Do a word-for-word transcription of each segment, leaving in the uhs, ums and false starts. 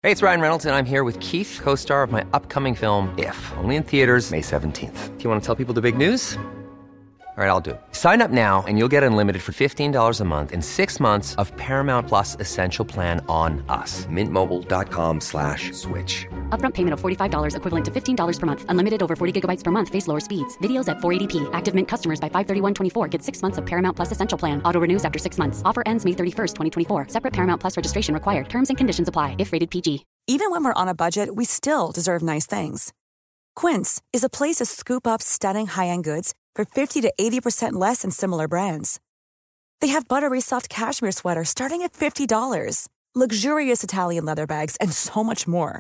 Hey, it's Ryan Reynolds, and I'm here with Keith, co-star of my upcoming film, If, only in theaters May seventeenth. Do you want to tell people the big news? All right, I'll do it. Sign up now and you'll get unlimited for fifteen dollars a month and six months of Paramount Plus Essential Plan on us. Mint Mobile dot com slash switch. Upfront payment of forty-five dollars equivalent to fifteen dollars per month. Unlimited over forty gigabytes per month. Face lower speeds. Videos at four eighty p. Active Mint customers by five thirty-one twenty-four get six months of Paramount Plus Essential Plan. Auto renews after six months. Offer ends May thirty-first, twenty twenty-four. Separate Paramount Plus registration required. Terms and conditions apply if rated P G. Even when we're on a budget, we still deserve nice things. Quince is a place to scoop up stunning high-end goods for fifty to eighty percent less than similar brands. They have buttery soft cashmere sweaters starting at fifty dollars, luxurious Italian leather bags, and so much more.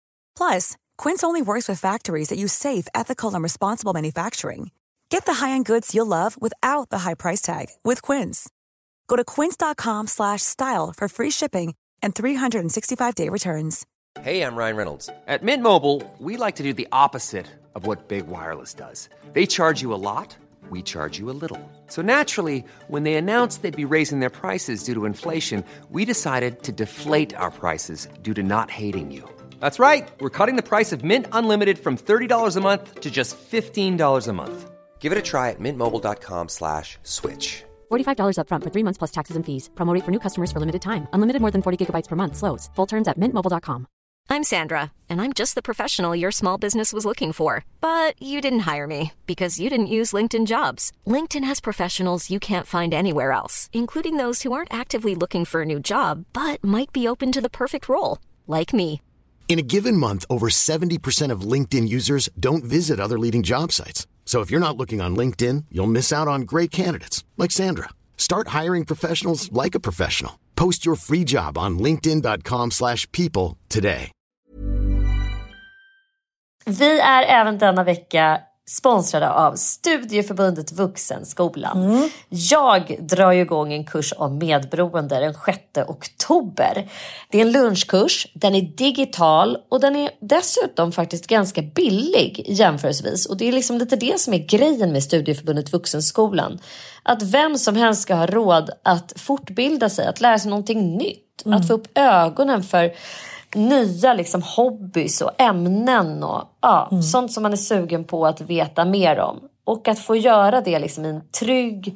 Plus, Quince only works with factories that use safe, ethical, and responsible manufacturing. Get the high-end goods you'll love without the high price tag with Quince. Go to quince.com slash style for free shipping and three sixty-five day returns. Hey, I'm Ryan Reynolds. At Mint Mobile, we like to do the opposite of what Big Wireless does. They charge you a lot, we charge you a little. So naturally, when they announced they'd be raising their prices due to inflation, we decided to deflate our prices due to not hating you. That's right. We're cutting the price of Mint Unlimited from thirty dollars a month to just fifteen dollars a month. Give it a try at mintmobile.com slash switch. forty-five dollars up front for three months plus taxes and fees. Promo rate for new customers for limited time. Unlimited more than forty gigabytes per month. Slows full terms at mint mobile dot com. I'm Sandra, and I'm just the professional your small business was looking for. But you didn't hire me because you didn't use LinkedIn Jobs. LinkedIn has professionals you can't find anywhere else, including those who aren't actively looking for a new job, but might be open to the perfect role, like me. In a given month, over seventy percent of LinkedIn users don't visit other leading job sites. So if you're not looking on LinkedIn, you'll miss out on great candidates like Sandra. Start hiring professionals like a professional. Post your free job on linkedin.com slash people today. Vi är även denna vecka sponsrade av Studieförbundet Vuxenskolan. Mm. Jag drar ju igång en kurs om medberoende den sjätte oktober. Det är en lunchkurs, den är digital och den är dessutom faktiskt ganska billig jämförelsevis. Och det är liksom lite det som är grejen med Studieförbundet Vuxenskolan. Att vem som helst ska ha råd att fortbilda sig, att lära sig någonting nytt. Mm. Att få upp ögonen för nya liksom hobbys och ämnen och ja, mm. sånt som man är sugen på att veta mer om. Och att få göra det liksom i en trygg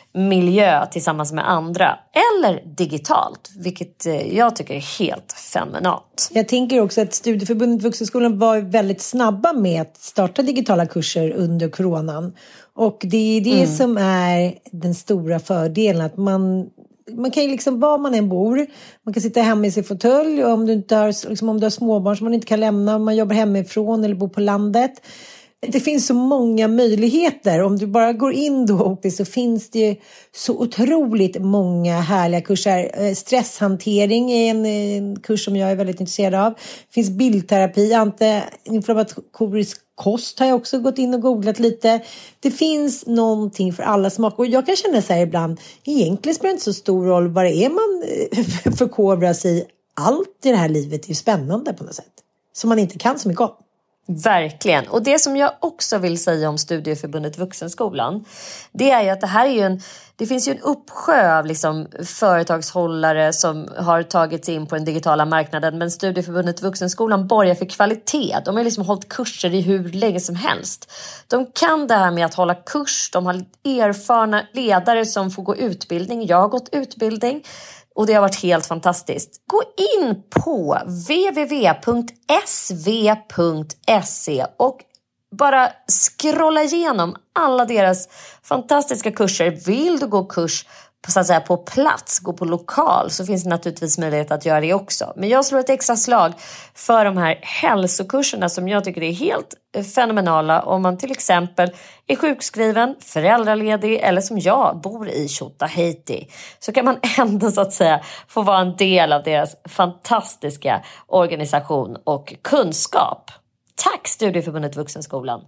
miljö tillsammans med andra. Eller digitalt, vilket jag tycker är helt fenomenalt. Jag tänker också att Studieförbundet Vuxenskolan var väldigt snabba med att starta digitala kurser under coronan. Och det är det mm. som är den stora fördelen, att man... Man kan ju liksom, var man än bor, man kan sitta hemma i sin fåtölj, och om du inte har, liksom, om du har småbarn som man inte kan lämna, om man jobbar hemifrån eller bor på landet. Det finns så många möjligheter. Om du bara går in då och det, så finns det så otroligt många härliga kurser. Stresshantering är en, en kurs som jag är väldigt intresserad av. Det finns bildterapi, antiinflammatorisk kost har jag också gått in och googlat lite. Det finns någonting för alla smaker. Och jag kan känna så här ibland, egentligen spelar det inte så stor roll vad det är man förkovrar sig i. Allt i det här livet är ju spännande på något sätt, som man inte kan så mycket om. Verkligen. Och det som jag också vill säga om Studieförbundet Vuxenskolan, det är ju att det här är ju en, det finns ju en uppsjö av liksom företagshållare som har tagit sig in på den digitala marknaden, men Studieförbundet Vuxenskolan borgar för kvalitet. De har liksom hållit kurser i hur länge som helst. De kan det här med att hålla kurs, de har erfarna ledare som får gå utbildning. Jag har gått utbildning. Och det har varit helt fantastiskt. Gå in på w w w punkt s v punkt se och bara scrolla igenom alla deras fantastiska kurser. Vill du gå kurs på, så att säga, på plats, gå på lokal, så finns det naturligtvis möjlighet att göra det också. Men jag slår ett extra slag för de här hälsokurserna som jag tycker är helt fenomenala. Om man till exempel är sjukskriven, föräldraledig eller som jag bor i Tjotahejti, så kan man ändå så att säga få vara en del av deras fantastiska organisation och kunskap. Tack Studieförbundet Vuxenskolan!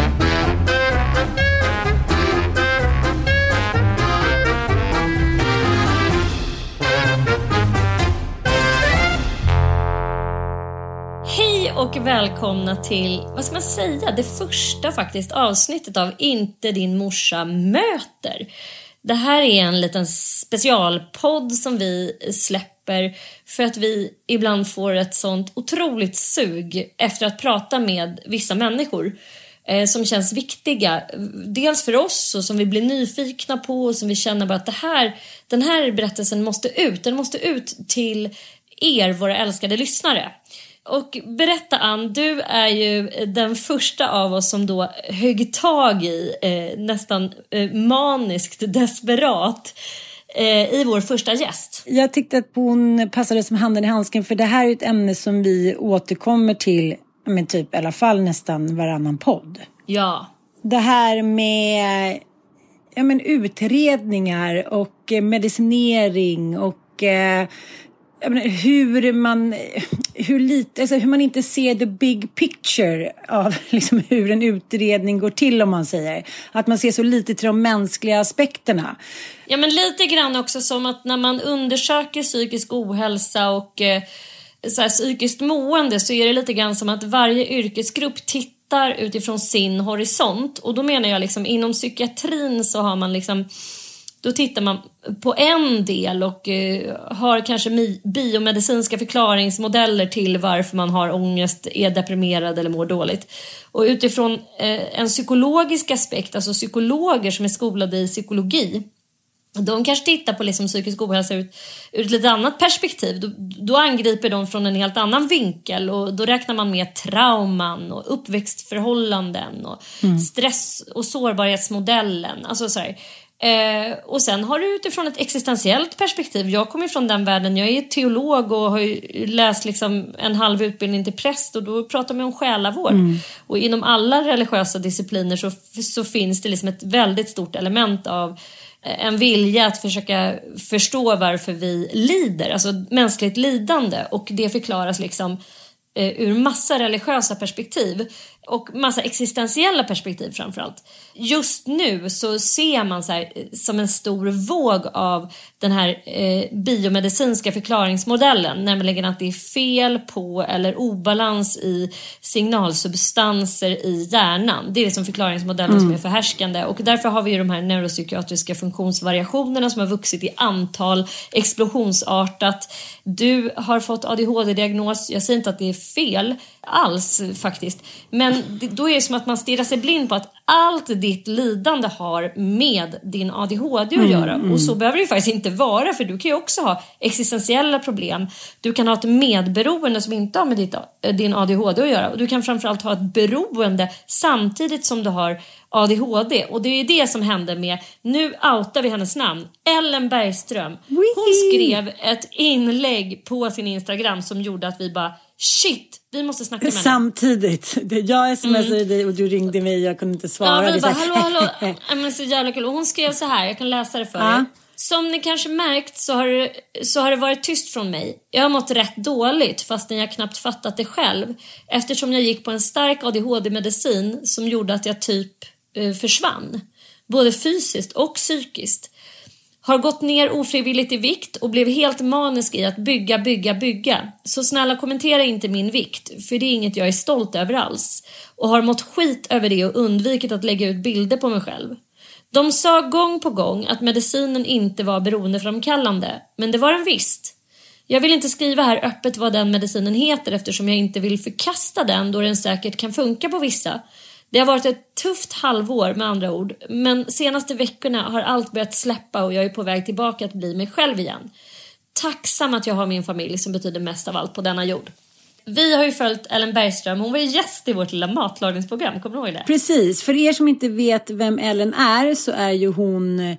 Hej och välkomna till, vad ska man säga, det första faktiskt avsnittet av Inte din morsa möter. Det här är en liten specialpodd som vi släpper släpper för att vi ibland får ett sånt otroligt sug efter att prata med vissa människor eh, som känns viktiga. Dels för oss och som vi blir nyfikna på och som vi känner bara att det här, den här berättelsen måste ut. Den måste ut till er, våra älskade lyssnare. Och berätta, Ann, du är ju den första av oss som då högg tag i eh, nästan eh, maniskt desperat eh, i vår första gäst. Jag tyckte att hon passade som handen i handsken, för det här är ett ämne som vi återkommer till, men typ i alla fall nästan varannan podd. Ja. Det här med ja, men utredningar och medicinering och eh, jag menar, hur man hur lite alltså hur man inte ser the big picture av liksom hur en utredning går till, om man säger att man ser så lite till de mänskliga aspekterna. Ja, men lite grann också som att när man undersöker psykisk ohälsa och eh, så här, psykiskt mående, så är det lite grann som att varje yrkesgrupp tittar utifrån sin horisont. Och då menar jag liksom inom psykiatrin så har man liksom, då tittar man på en del och eh, har kanske mi- biomedicinska förklaringsmodeller till varför man har ångest, är deprimerad eller mår dåligt. Och utifrån eh, en psykologisk aspekt, alltså psykologer som är skolade i psykologi, de kanske tittar på liksom psykisk ohälsa ut, ur ett lite annat perspektiv. Då, då angriper de från en helt annan vinkel och då räknar man med trauman och uppväxtförhållanden och mm. stress- och sårbarhetsmodellen. Alltså så här. Eh, och sen har du utifrån ett existentiellt perspektiv. Jag kommer från den världen, jag är teolog och har ju läst liksom en halv utbildning till präst, och då pratar man om själavård. Mm. Och inom alla religiösa discipliner så, så finns det liksom ett väldigt stort element av en vilja att försöka förstå varför vi lider, alltså mänskligt lidande, och det förklaras liksom eh, ur massa religiösa perspektiv och massa existentiella perspektiv framförallt. Just nu så ser man så här, som en stor våg av den här eh, biomedicinska förklaringsmodellen, nämligen att det är fel på eller obalans i signalsubstanser i hjärnan. Det är liksom förklaringsmodellen mm. som är förhärskande, och därför har vi ju de här neuropsykiatriska funktionsvariationerna som har vuxit i antal explosionsartat. Du har fått A D H D-diagnos. Jag säger inte att det är fel alls faktiskt, men då är det som att man stirrar sig blind på att allt ditt lidande har med din A D H D att göra. Mm, mm. Och så behöver det ju faktiskt inte vara, för du kan ju också ha existentiella problem. Du kan ha ett medberoende som inte har med ditt, din A D H D att göra, och du kan framförallt ha ett beroende samtidigt som du har A D H D. Och det är det som hände med, nu outar vi hennes namn, Ellen Bergström. Hon skrev ett inlägg på sin Instagram som gjorde att vi bara, shit, vi måste snacka med henne. Samtidigt, jag smsade mm. dig och du ringde mig, jag kunde inte svara. Ja, vi bara, hallå, hallå. Men så jävla kul. Och hon skrev så här, jag kan läsa det för ja. er. Som ni kanske märkt så har, det, så har det varit tyst från mig. Jag har mått rätt dåligt fastän jag knappt fattat det själv. Eftersom jag gick på en stark A D H D-medicin som gjorde att jag typ eh, försvann. Både fysiskt och psykiskt. Har gått ner ofrivilligt i vikt och blev helt manisk i att bygga, bygga, bygga. Så snälla, kommentera inte min vikt, för det är inget jag är stolt över alls. Och har mått skit över det och undvikit att lägga ut bilder på mig själv. De sa gång på gång att medicinen inte var beroendeframkallande, men det var den visst. Jag vill inte skriva här öppet vad den medicinen heter eftersom jag inte vill förkasta den, då den säkert kan funka på vissa. Det har varit ett tufft halvår med andra ord, men senaste veckorna har allt börjat släppa och jag är på väg tillbaka att bli mig själv igen. Tacksam att jag har min familj som betyder mest av allt på denna jord. Vi har ju följt Ellen Bergström, hon var ju gäst i vårt lilla matlagningsprogram, kommer du ihåg det? Precis, för er som inte vet vem Ellen är så är ju hon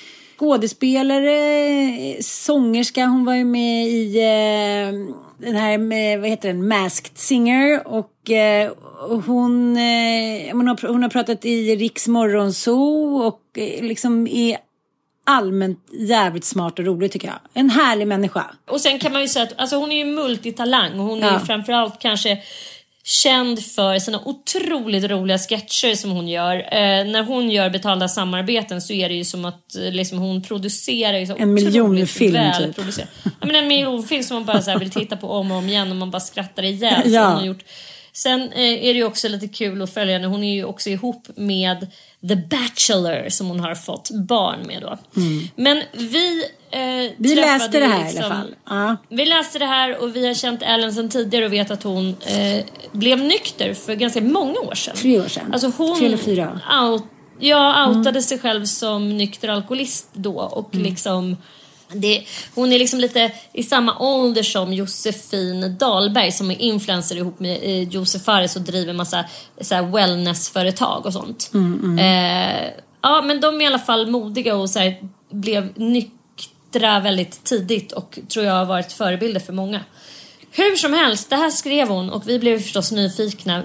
skådespelare, sångerska. Hon var ju med i eh, den här med, vad heter den, Masked Singer, och eh, hon, eh, hon, har, hon har pratat i Riks Morgonzoo och eh, liksom är allmänt jävligt smart och rolig, tycker jag. En härlig människa. Och sen kan man ju säga att alltså, hon är ju multitalang och hon ja. är ju framförallt kanske känd för sina otroligt roliga sketcher som hon gör. Eh, när hon gör betalda samarbeten så är det ju som att liksom, hon producerar ju så en miljonfilm väl typ. producerar. Ja, men en miljonfilm som man bara så här, vill titta på om och om igen och man bara skrattar ihjäl. Ja. Hon har gjort. Sen eh, är det ju också lite kul att följa henne. Hon är ju också ihop med The Bachelor som hon har fått barn med då. Mm. Men vi eh, vi läste det här liksom, i alla fall. Ja. Vi läste det här och vi har känt Ellen sedan tidigare och vet att hon eh, blev nykter för ganska många år sedan. Tre år sedan. Alltså hon Tre eller fyra. Out, ja, outade mm. sig själv som nykter alkoholist då. Och mm. liksom... Det, hon är liksom lite i samma ålder som Josefin Dahlberg som är influencer ihop med eh, Josef Fares och driver massa så här wellnessföretag och sånt. Mm, mm. Eh, ja, men de är i alla fall modiga och så här, blev nyktra väldigt tidigt och tror jag har varit förebilder för många. Hur som helst, det här skrev hon och vi blev förstås nyfikna.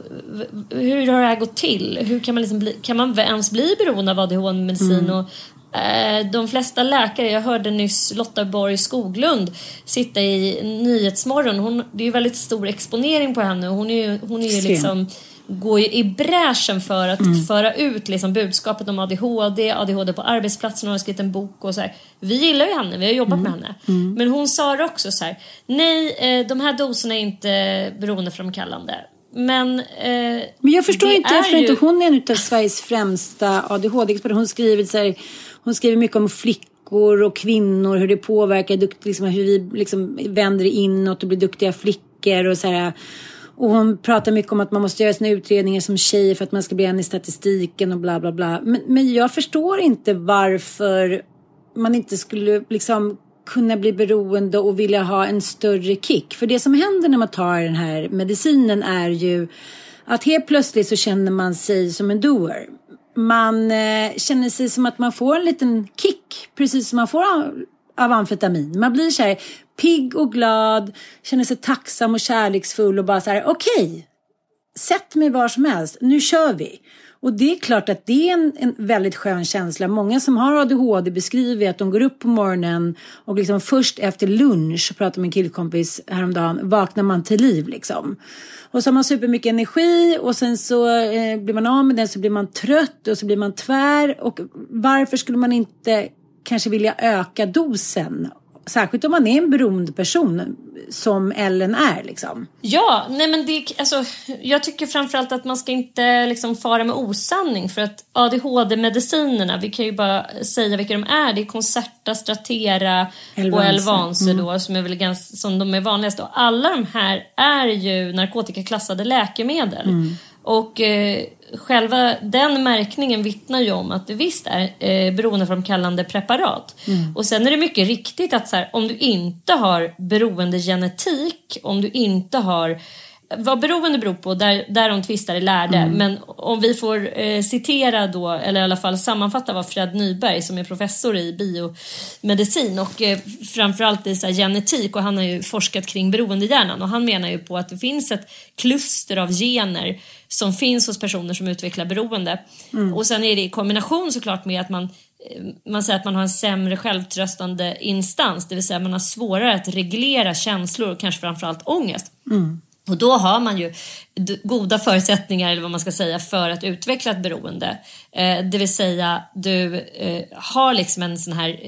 Hur har det här gått till? Hur kan man, liksom bli, kan man ens bli beroende av A D H D-medicin? Mm. Och eh, de flesta läkare, jag hörde nyss Lotta Borg Skoglund sitta i Nyhetsmorgon. Hon, det är ju väldigt stor exponering på henne. Hon är ju, hon är ju liksom... går ju i bräschen för att mm. föra ut liksom budskapet om A D H D, A D H D på arbetsplatsen. Hon har skrivit en bok och så här. Vi gillar ju henne, vi har jobbat mm. med henne. Mm. Men hon sa också så här: nej, de här doserna är inte beroendeframkallande. Men, eh, Men jag förstår inte, jag förstår ju... inte, hon är en av Sveriges främsta A D H D-experter. Hon skriver så här, hon skriver mycket om flickor och kvinnor, hur det påverkar, liksom, hur vi liksom vänder inåt och blir duktiga flickor och så här. Och hon pratar mycket om att man måste göra sina utredningar som tjej för att man ska bli en i statistiken och bla bla bla. Men, men jag förstår inte varför man inte skulle liksom kunna bli beroende och vilja ha en större kick. För det som händer när man tar den här medicinen är ju att helt plötsligt så känner man sig som en doer. Man eh, känner sig som att man får en liten kick, precis som man får av, av amfetamin. Man blir så här pigg och glad, känner sig tacksam och kärleksfull och bara så här: okej, okay, sätt mig var som helst, nu kör vi. Och det är klart att det är en, en väldigt skön känsla. Många som har A D H D beskriver att de går upp på morgonen och liksom först efter lunch, och pratar med en killkompis häromdagen, vaknar man till liv liksom. Och så har man supermycket energi och sen så eh, blir man av med den, så blir man trött och så blir man tvär. Och varför skulle man inte kanske vilja öka dosen? Särskilt om man är en beroende person som Ellen är liksom. Ja, nej men det, alltså, jag tycker framförallt att man ska inte liksom fara med osanning. För att A D H D-medicinerna, vi kan ju bara säga vilka de är. Det är Concerta, Strattera och Elvanse mm. då, som är väl ganska, som de är vanligast. Och alla de här är ju narkotikaklassade läkemedel. Mm. Och eh, själva den märkningen vittnar ju om att det visst är eh, beroendeframkallande preparat. Mm. Och sen är det mycket riktigt att så här, om du inte har beroendegenetik, om du inte har... Vad beroende beror på, där, där de tvistar är lärde. Mm. Men om vi får eh, citera då, eller i alla fall sammanfatta vad Fred Nyberg, som är professor i biomedicin och eh, framförallt i så här, genetik, och han har ju forskat kring beroendehjärnan, och han menar ju på att det finns ett kluster av gener som finns hos personer som utvecklar beroende. Mm. Och sen är det i kombination såklart med att man man säger att man har en sämre självtröstande instans, det vill säga man har svårare att reglera känslor och kanske framförallt ångest. Mm. Och då har man ju goda förutsättningar, eller vad man ska säga, för att utveckla ett beroende. Eh, det vill säga, du eh, har liksom en sån här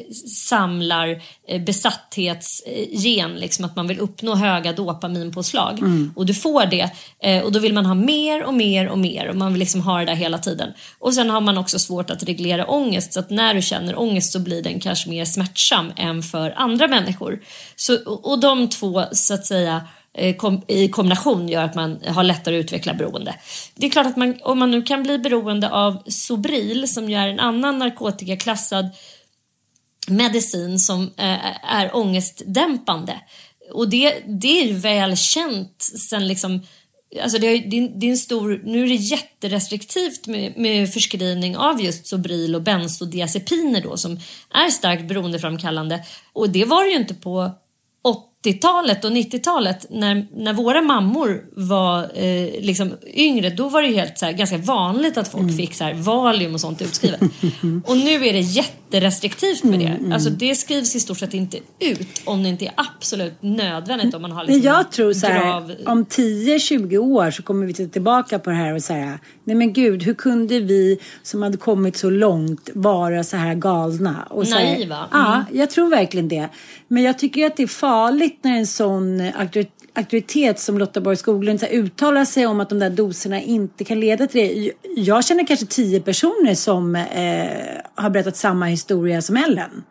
samlar eh, besatthetsgen, liksom att man vill uppnå höga dopaminpåslag. Mm. Och du får det. Eh, och då vill man ha mer och mer och mer. Och man vill liksom ha det där hela tiden. Och sen har man också svårt att reglera ångest. Så att när du känner ångest så blir den kanske mer smärtsam än för andra människor. Så, och, och de två, så att säga, i kombination gör att man har lättare att utveckla beroende. Det är klart att man, om man nu kan bli beroende av Sobril, som ju är en annan narkotikaklassad medicin som eh, är ångestdämpande. Och det, det är ju väl känt sen liksom, alltså det är, det är en stor, nu är det jätterestriktivt med, med förskrivning av just Sobril och bensodiazepiner då, som är starkt beroendeframkallande. Och det var det ju inte på åttiotalet och nittiotalet när, när våra mammor var eh, liksom yngre. Då var det ju helt så här, ganska vanligt att folk mm. fick så här Valium och sånt utskrivet. Och nu är det jätterestriktivt med det. Mm. Alltså det skrivs i stort sett inte ut om det inte är absolut nödvändigt, om man har liksom jag tror så här, grav... om tio tjugo år så kommer vi titta tillbaka på det här och säga: nej men gud, hur kunde vi som hade kommit så långt vara så här galna? Och så här, naiva. Mm. Ja, jag tror verkligen det. Men jag tycker att det är farligt när en sån auktoritet som Lotta Borg Skoglund så här, uttalar sig om att de där doserna inte kan leda till det. Jag känner kanske tio personer som eh, har berättat samma historia som Ellen.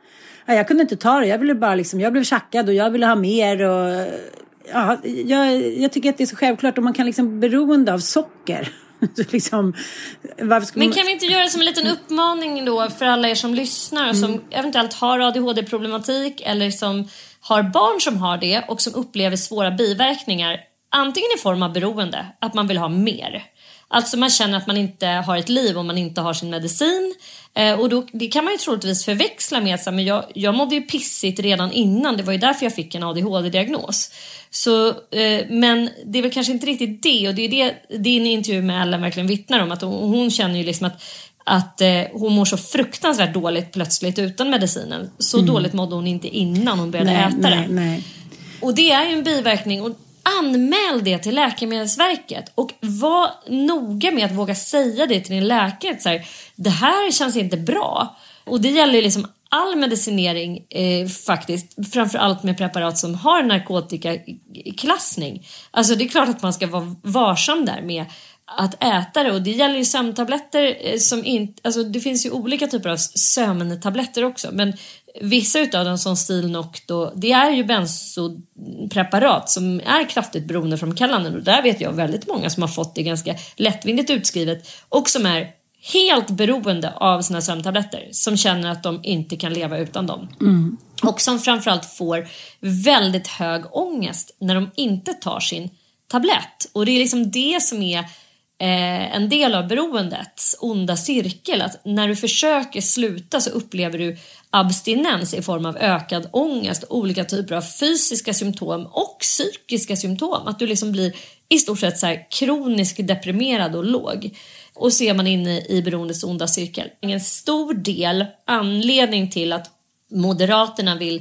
ja, jag kunde inte ta det. Jag ville bara liksom, jag blev tjackad och jag ville ha mer och ja, jag, jag tycker att det är så självklart om man kan liksom beroende av socker. liksom, varför Men man... kan vi inte göra det som en liten uppmaning då för alla er som lyssnar och som mm. eventuellt har A D H D-problematik eller som har barn som har det och som upplever svåra biverkningar, antingen i form av beroende, att man vill ha mer. Alltså man känner att man inte har ett liv om man inte har sin medicin. Eh, och då, det kan man ju troligtvis förväxla med att men jag, jag mådde ju pissigt redan innan. Det var ju därför jag fick en A D H D-diagnos. Så, eh, men det är väl kanske inte riktigt det. Och det är det din intervju med Ellen verkligen vittnar om. Att hon, hon känner ju liksom att, att eh, hon mår så fruktansvärt dåligt plötsligt utan medicinen. Så mm. dåligt mådde hon inte innan hon började nej, äta nej, den. Nej. Och det är ju en biverkning. Och anmäl det till Läkemedelsverket och var noga med att våga säga det till din läkare. Så här, det här känns inte bra. Och det gäller ju liksom all medicinering eh, faktiskt. Framförallt med preparat som har narkotikaklassning. Alltså det är klart att man ska vara varsam där med att äta det. Och det gäller ju sömntabletter eh, som inte... Alltså det finns ju olika typer av sömntabletter också. Men vissa utav dem som Stilnoct, det är ju benzopreparat som är kraftigt beroendeframkallande. Och där vet jag väldigt många som har fått det ganska lättvindigt utskrivet och som är helt beroende av sina sömntabletter, som känner att de inte kan leva utan dem. Mm. Och som framförallt får väldigt hög ångest när de inte tar sin tablett. Och det är liksom det som är eh, en del av beroendets onda cirkel. Att när du försöker sluta så upplever du abstinens i form av ökad ångest, olika typer av fysiska symptom och psykiska symptom. Att du liksom blir i stort sett så här kroniskt deprimerad och låg. Och så är man inne i beroendets onda cirkel. En stor del anledning till att Moderaterna vill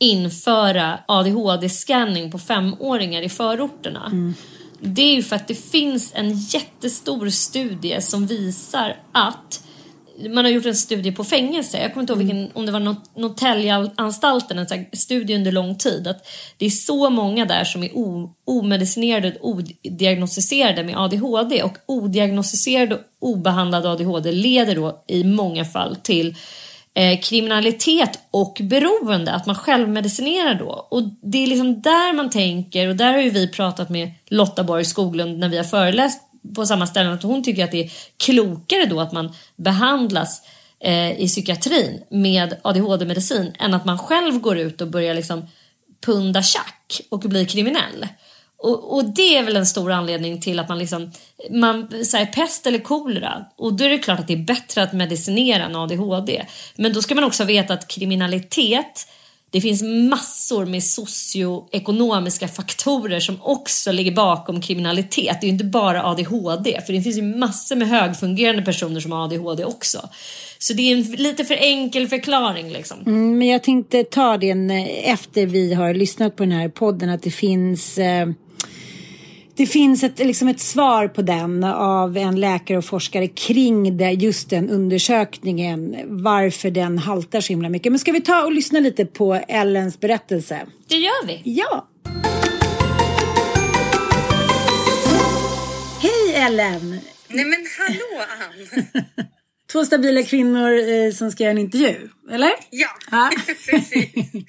införa A D H D-scanning på femåringar i förorterna. Mm. Det är ju för att det finns en jättestor studie som visar att man har gjort en studie på fängelse. Jag kommer inte ihåg vilken, om det var Norrtäljeanstalten, en sån här studie under lång tid. Att det är så många där som är o, omedicinerade och odiagnostiserade med A D H D. Och odiagnostiserad och obehandlad A D H D leder då i många fall till eh, kriminalitet och beroende. Att man självmedicinerar då. Och det är liksom där man tänker, och där har ju vi pratat med Lotta Borg Skoglund när vi har föreläst på samma ställe, att hon tycker att det är klokare då att man behandlas eh, i psykiatrin med A D H D-medicin än att man själv går ut och börjar liksom punda tjack och blir kriminell. Och, och det är väl en stor anledning till att man liksom man säger pest eller kolera, och då är det klart att det är bättre att medicinera en A D H D. Men då ska man också veta att kriminalitet, det finns massor med socioekonomiska faktorer som också ligger bakom kriminalitet. Det är ju inte bara A D H D. För det finns ju massor med högfungerande personer som har A D H D också. Så det är en lite för enkel förklaring liksom. Mm, men jag tänkte ta den efter vi har lyssnat på den här podden. Att det finns... Eh... Det finns ett, liksom ett svar på den av en läkare och forskare kring det, just den undersökningen, varför den haltar så himla mycket. Men ska vi ta och lyssna lite på Ellens berättelse? Det gör vi. Ja. Hej Ellen! Nej men hallå Ann! Två stabila kvinnor eh, som ska göra en intervju, eller? Ja, ja. Precis.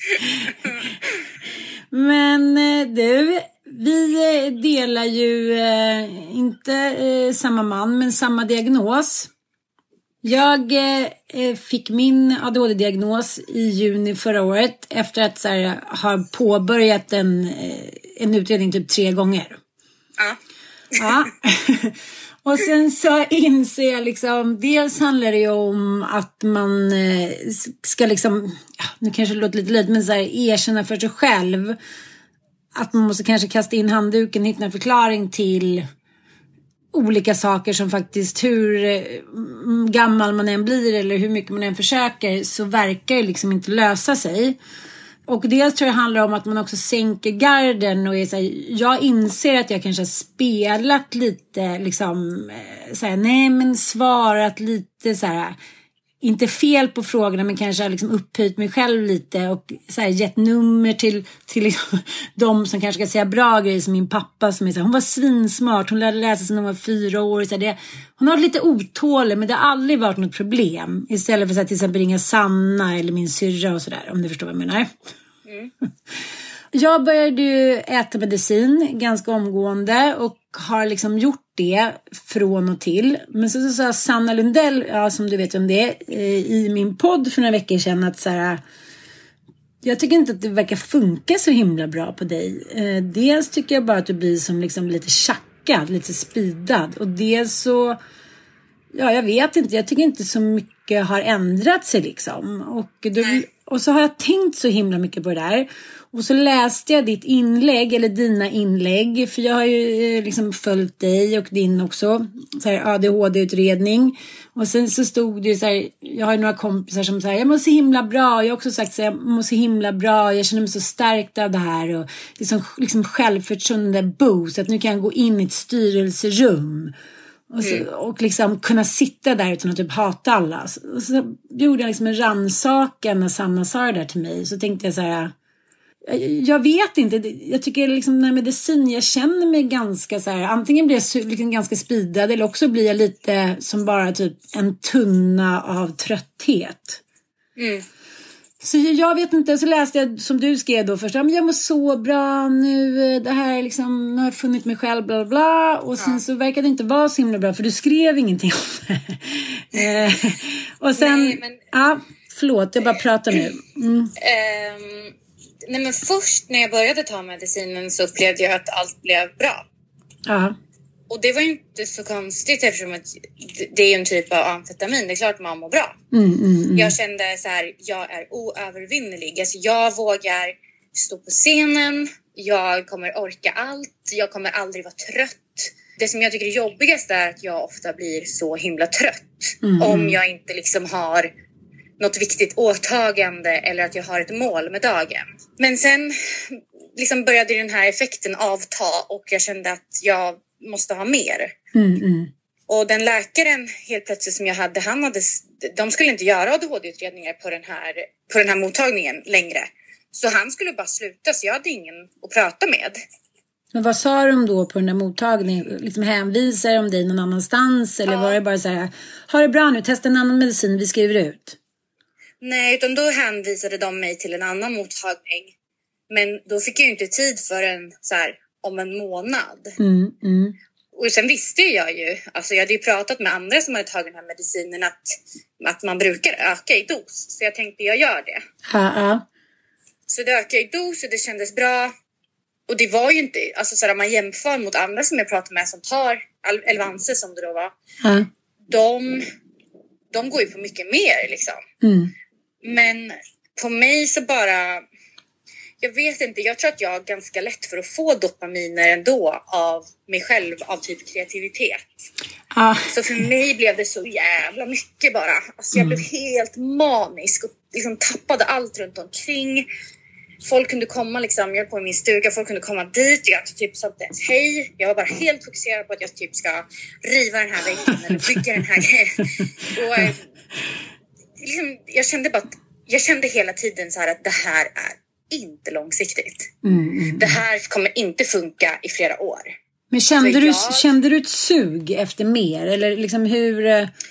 Men eh, du... Vi delar ju eh, inte eh, samma man men samma diagnos. Jag eh, fick min A D H D-diagnos i juni förra året efter att så här, ha påbörjat en, eh, en utredning typ tre gånger. Ja. Ja. Och sen så inser jag liksom, dels handlar det ju om att man eh, ska liksom, ja, nu kanske det låter lite löjligt, men så här, erkänna för sig själv att man måste kanske kasta in handduken, hitta en förklaring till olika saker som faktiskt, hur gammal man än blir eller hur mycket man än försöker, så verkar det liksom inte lösa sig. Och dels tror jag handlar om att man också sänker garden och är så här, jag inser att jag kanske har spelat lite liksom så här, nej men svarat lite så här, inte fel på frågorna, men kanske har liksom upphöjt mig själv lite och så här, gett nummer till, till liksom, de som kanske ska säga bra grejer, som min pappa som är så här, hon var svinsmart, hon lärde läsa sedan hon var fyra år. Så här, det, hon har lite otålig, men det har aldrig varit något problem. Istället för så här, till exempel ringa Sanna eller min syrra och sådär, om du förstår vad jag menar. Mm. Jag började ju äta medicin ganska omgående och har liksom gjort det från och till. Men så sa Sanna Lundell, ja, som du vet om det är, i min podd för några veckor sedan att så här, jag tycker inte att det verkar funka så himla bra på dig. Dels tycker jag bara att du blir som liksom lite tjackad, lite speedad. Och dels så, ja jag vet inte, jag tycker inte så mycket har ändrat sig liksom. Och, du, och så har jag tänkt så himla mycket på det där. Och så läste jag ditt inlägg, eller dina inlägg, för jag har ju liksom följt dig och din också, så här A D H D-utredning. Och sen så stod det ju så här, jag har några kompisar som säger jag mår så himla bra. Jag har också sagt så här, jag mår så himla bra, jag känner mig så stärkt av det här. Och det är som liksom självförtroende boost, att nu kan jag gå in i ett styrelserum. Och, så, mm. och liksom kunna sitta där utan att typ hata alla. Och så gjorde jag liksom en rannsakan när Sanna sa det där till mig. Så tänkte jag så här, jag vet inte, jag tycker liksom när medicin, jag känner mig ganska så här, antingen blir jag liksom ganska speedad eller också blir jag lite som bara typ en tunna av trötthet. Mm. Så jag vet inte, så läste jag som du skrev då först, men jag mår så bra nu, det här liksom, nu har jag funnit mig själv, bla bla, och sen ja. Så verkar det inte vara så himla bra, för du skrev ingenting om det. Och sen, nej, men... ja, förlåt, jag bara pratar nu. Mm. Um... Nej, men först när jag började ta medicinen så upplevde jag att allt blev bra. Ja. Och det var ju inte så konstigt eftersom att det är en typ av amfetamin. Det är klart man mår bra. Mm, mm, mm. Jag kände så här, jag är oövervinnelig. Alltså jag vågar stå på scenen. Jag kommer orka allt. Jag kommer aldrig vara trött. Det som jag tycker är jobbigast är att jag ofta blir så himla trött. Mm. Om jag inte liksom har något viktigt åtagande eller att jag har ett mål med dagen. Men sen liksom började den här effekten avta och jag kände att jag måste ha mer. Mm, mm. Och den läkaren helt plötsligt som jag hade, han hade, de skulle inte göra A D H D-utredningar på den här, på den här mottagningen längre. Så han skulle bara sluta, så jag hade ingen att prata med. Men vad sa de då på den här mottagningen? Liksom hänvisar de dig någon annanstans? Eller ja. Var det bara så här, ha det bra nu, testa en annan medicin vi skriver ut? Nej, utan då hänvisade de mig till en annan mottagning. Men då fick jag ju inte tid för en så här, om en månad. Mm, mm. Och sen visste jag ju, alltså jag hade ju pratat med andra som hade tagit den här medicinen att, att man brukar öka i dos. Så jag tänkte jag gör det. Ja, ja. Så det ökade i dos och det kändes bra. Och det var ju inte, alltså så här, om man jämför mot andra som jag pratade med som tar Elvanse som det då var. Ja. De, de går ju på mycket mer liksom. Mm. Men på mig så bara, jag vet inte, jag tror att jag har ganska lätt för att få dopaminer ändå av mig själv, av typ kreativitet. Ah. Så för mig blev det så jävla mycket bara. Alltså jag mm. blev helt manisk och liksom tappade allt runt omkring. Folk kunde komma liksom, jag är på min stuga, folk kunde komma dit. Jag typ sa inte ens hej. Jag var bara helt fokuserad på att jag typ ska riva den här väggen eller bygga den här grejen. Och eh, liksom, jag kände bara att, jag kände hela tiden så här att det här är inte långsiktigt. Mm, mm. Det här kommer inte funka i flera år. Men kände du, jag... kände du ett sug efter mer? Eller liksom hur...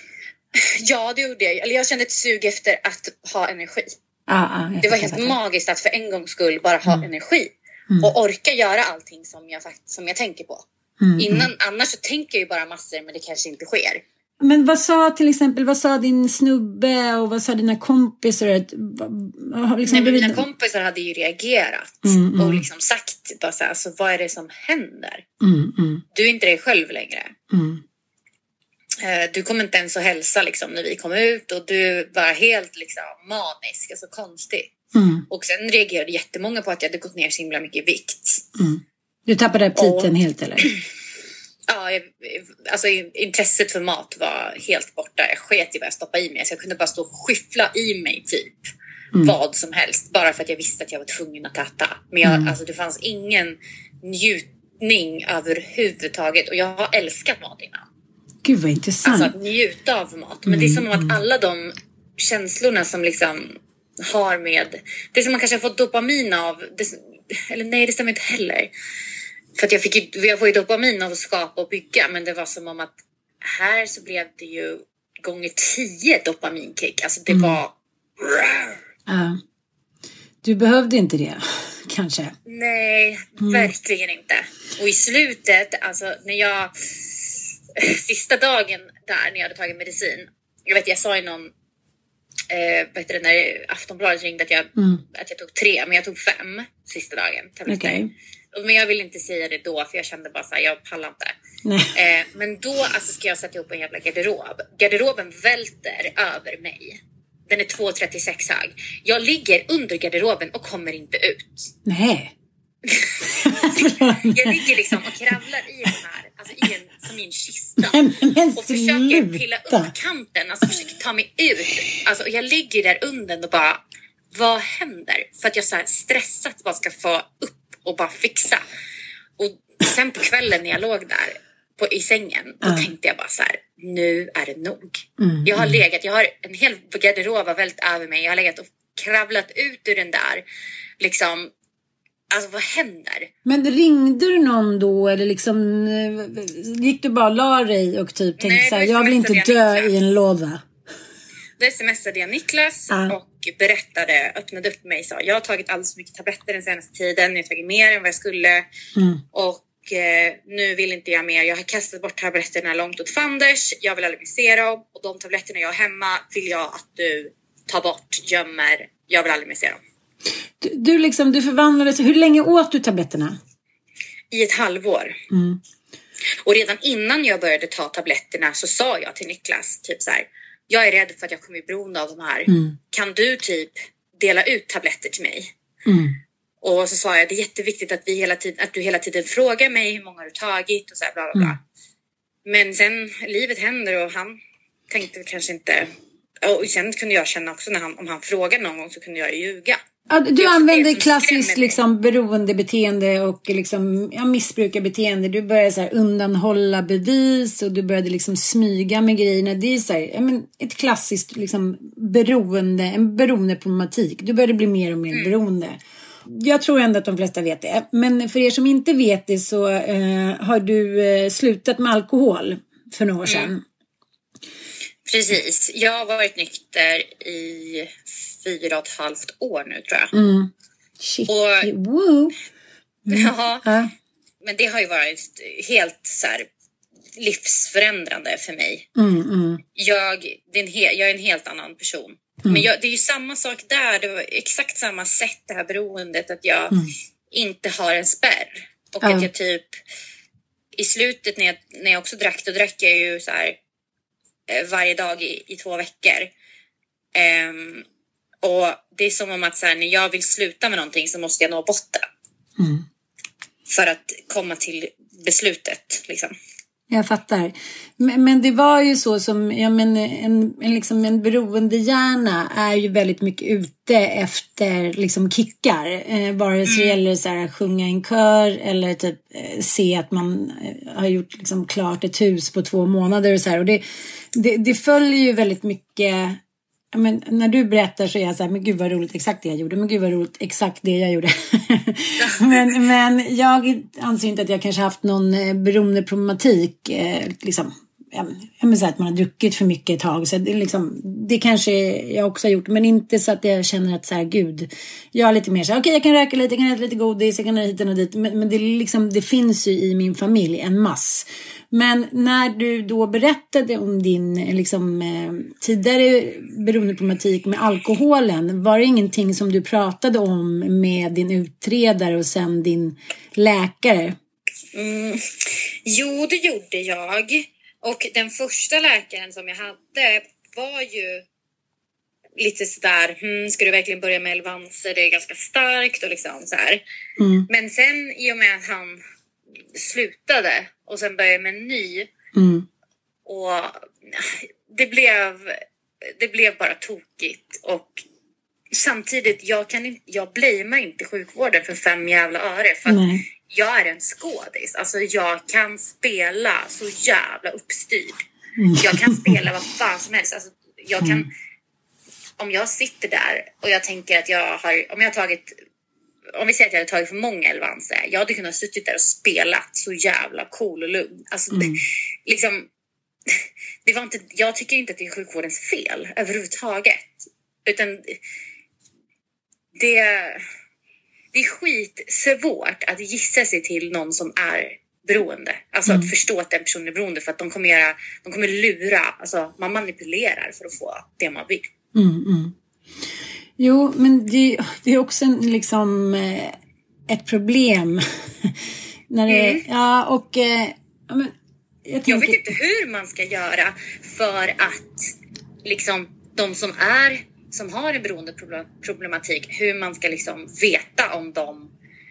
Ja, det gjorde jag. Eller jag kände ett sug efter att ha energi. Ah, ah, det var helt magiskt att för en gångs skull bara ha mm. energi. Mm. Och orka göra allting som jag, som jag tänker på. Mm, Innan, mm. Annars så tänker jag ju bara massor, men det kanske inte sker. Men vad sa till exempel, vad sa din snubbe och vad sa dina kompisar? Liksom, Nej, men mina kompisar hade ju reagerat mm, mm. och liksom sagt bara så här, alltså, vad är det som händer? Mm, mm. Du är inte dig själv längre. Mm. Du kommer inte ens att hälsa liksom, när vi kom ut och du var helt liksom, manisk, alltså konstig. Mm. Och sen reagerade jättemånga på att jag hade gått ner så himla mycket i vikt. Mm. Du tappade aptiten och... helt eller? Ja, jag, alltså intresset för mat var helt borta. Jag sket i vad jag stoppade i mig. Så jag kunde bara stå och skyffla i mig typ mm. vad som helst. Bara för att jag visste att jag var tvungen att äta. Men jag, mm. alltså, det fanns ingen njutning överhuvudtaget. Och jag har älskat mat innan. Gud vad intressant. Alltså att njuta av mat. Men mm. det är som att alla de känslorna som liksom har med det som man kanske har fått dopamin av. Det, eller nej, det stämmer inte heller. För att jag fick ju, jag får ju dopamin av att skapa och bygga. Men det var som om att här så blev det ju gånger tio dopaminkick. Alltså det mm. var... Uh, du behövde inte det, kanske? Nej, mm. verkligen inte. Och i slutet, alltså när jag... Sista dagen där när jag hade tagit medicin. Jag vet, jag sa i någon... Eh, vad heter det, när Aftonbladet ringde att jag, mm. att jag tog tre, men jag tog fem sista dagen. Okay. Men jag vill inte säga det då, för jag kände bara så här, jag pallar inte. Eh, men då alltså, ska jag sätta ihop en jävla garderob. Garderoben välter över mig. Den är två komma trettiosex hög. Jag ligger under garderoben och kommer inte ut. Nej. Jag ligger liksom och kravlar i den här, alltså i en, som i en kista. Och försöker pilla upp kanten, alltså försöker ta mig ut. Alltså jag ligger där under och bara, vad händer? För att jag så här stressat bara ska få upp och bara fixa. Och sen på kvällen när jag låg där på, i sängen, då uh. tänkte jag bara så här, nu är det nog. Mm, jag har mm. legat, jag har en hel garderob har vält över mig. Jag har legat och kravlat ut ur den där, liksom. Alltså vad händer? Men ringde du någon då? Eller liksom, gick du bara la dig och typ tänkte Nej, så här, jag vill inte dö Niklas. I en låda? Då smsade jag Niklas ah. och berättade, öppnade upp mig. Sa, jag har tagit alldeles för mycket tabletter den senaste tiden. Jag har tagit mer än vad jag skulle. Mm. Och eh, nu vill inte jag mer. Jag har kastat bort tabletterna långt åt fanders. Jag vill aldrig mer se dem. Och de tabletterna jag har hemma vill jag att du tar bort, gömmer. Jag vill aldrig mer se dem. Du, du liksom, du förvandlades. Hur länge åt du tabletterna? I ett halvår. Mm. Och redan innan jag började ta tabletterna så sa jag till Niklas typ så här, jag är rädd för att jag kommer bli beroende av de här. Mm. Kan du typ dela ut tabletter till mig? Mm. Och så sa jag, det är jätteviktigt att, vi hela tiden, att du hela tiden frågar mig hur många har du tagit och så här bla bla bla. Mm. Men sen livet händer och han tänkte kanske inte. Och sen kunde jag känna också när han, om han frågade någon gång så kunde jag ljuga. Ja, du använder klassiskt liksom beroendebeteende och liksom, ja, missbrukarbeteende. Du började så här undanhålla bevis och du började liksom smyga med grejerna. Det är så här, ja, men ett klassiskt liksom beroende, en beroendeproblematik. Du började bli mer och mer mm. beroende. Jag tror ändå att de flesta vet det. Men för er som inte vet det så eh, har du eh, slutat med alkohol för några år sedan. Mm. Precis. Jag har varit nykter i fyra och ett halvt år nu, tror jag. Mm. Shit. Och, Woo. Mm. Ja, uh. men det har ju varit helt så här livsförändrande för mig. Mm, mm. Jag, det är en he- jag är en helt annan person. Mm. Men jag, det är ju samma sak där. Det var exakt samma sätt, det här beroendet. Att jag mm. inte har en spärr. Och uh. att jag typ i slutet när jag, när jag också drack, då drack jag ju så här varje dag i, i två veckor. Um, och det är som om att så här, när jag vill sluta med någonting så måste jag nå botten. Mm. För att komma till beslutet liksom. Jag fattar. Men, men det var ju så som, ja men en, en, liksom en beroendehjärna är ju väldigt mycket ute efter liksom kickar. Eh, vare sig det mm. gäller så här, sjunga en kör eller typ eh, se att man eh, har gjort liksom klart ett hus på två månader och så här. Och det, det, det följer ju väldigt mycket. Men när du berättar så är jag så här, men gud vad roligt exakt det jag gjorde. Men gud vad roligt exakt det jag gjorde. men, men jag anser inte att jag kanske haft någon eh, beroendeproblematik. Eh, liksom, ja, jag menar så att man har druckit för mycket ett tag. Så det, liksom, det kanske jag också har gjort. Men inte så att jag känner att så här, gud. Jag är lite mer så här, okej okay, jag kan röka lite, jag kan äta lite godis, jag kan äta hit och dit. Men, men det, liksom, det finns ju i min familj en mass. Men när du då berättade om din liksom, eh, tidigare beroendeproblematik med alkoholen, var det ingenting som du pratade om med din utredare och sen din läkare? Mm. Jo, det gjorde jag. Och den första läkaren som jag hade var ju lite sådär, hm, ska du verkligen börja med Elvanse? Det är ganska starkt och liksom så här. Mm. Men sen i och med att han slutade och sen började med en ny mm. och det blev det blev bara tokigt och samtidigt jag kan inte, jag blamear inte sjukvården för fem jävla öre för att Nej. Jag är en skådis, alltså jag kan spela så jävla uppstyrd mm. jag kan spela vad fan som helst, alltså jag kan mm. om jag sitter där och jag tänker att jag har, om jag har tagit, om vi säger att jag hade tagit för många Elvanse, jag hade kunnat suttit där och spelat så jävla cool och lugn. Alltså mm. det, liksom, det var inte, jag tycker inte att det är sjukvårdens fel överhuvudtaget. Utan det, det är skitsvårt att gissa sig till någon som är beroende. Alltså mm. att förstå att den personen är beroende, för att de kommer göra, de kommer lura, alltså man manipulerar för att få det man vill. Mm, mm. Jo, men det, det är också en, liksom ett problem. När det, mm. Ja, och ja, men, jag, tänker... jag vet inte hur man ska göra för att liksom de som är, som har en beroendeproblematik, hur man ska liksom veta om dem.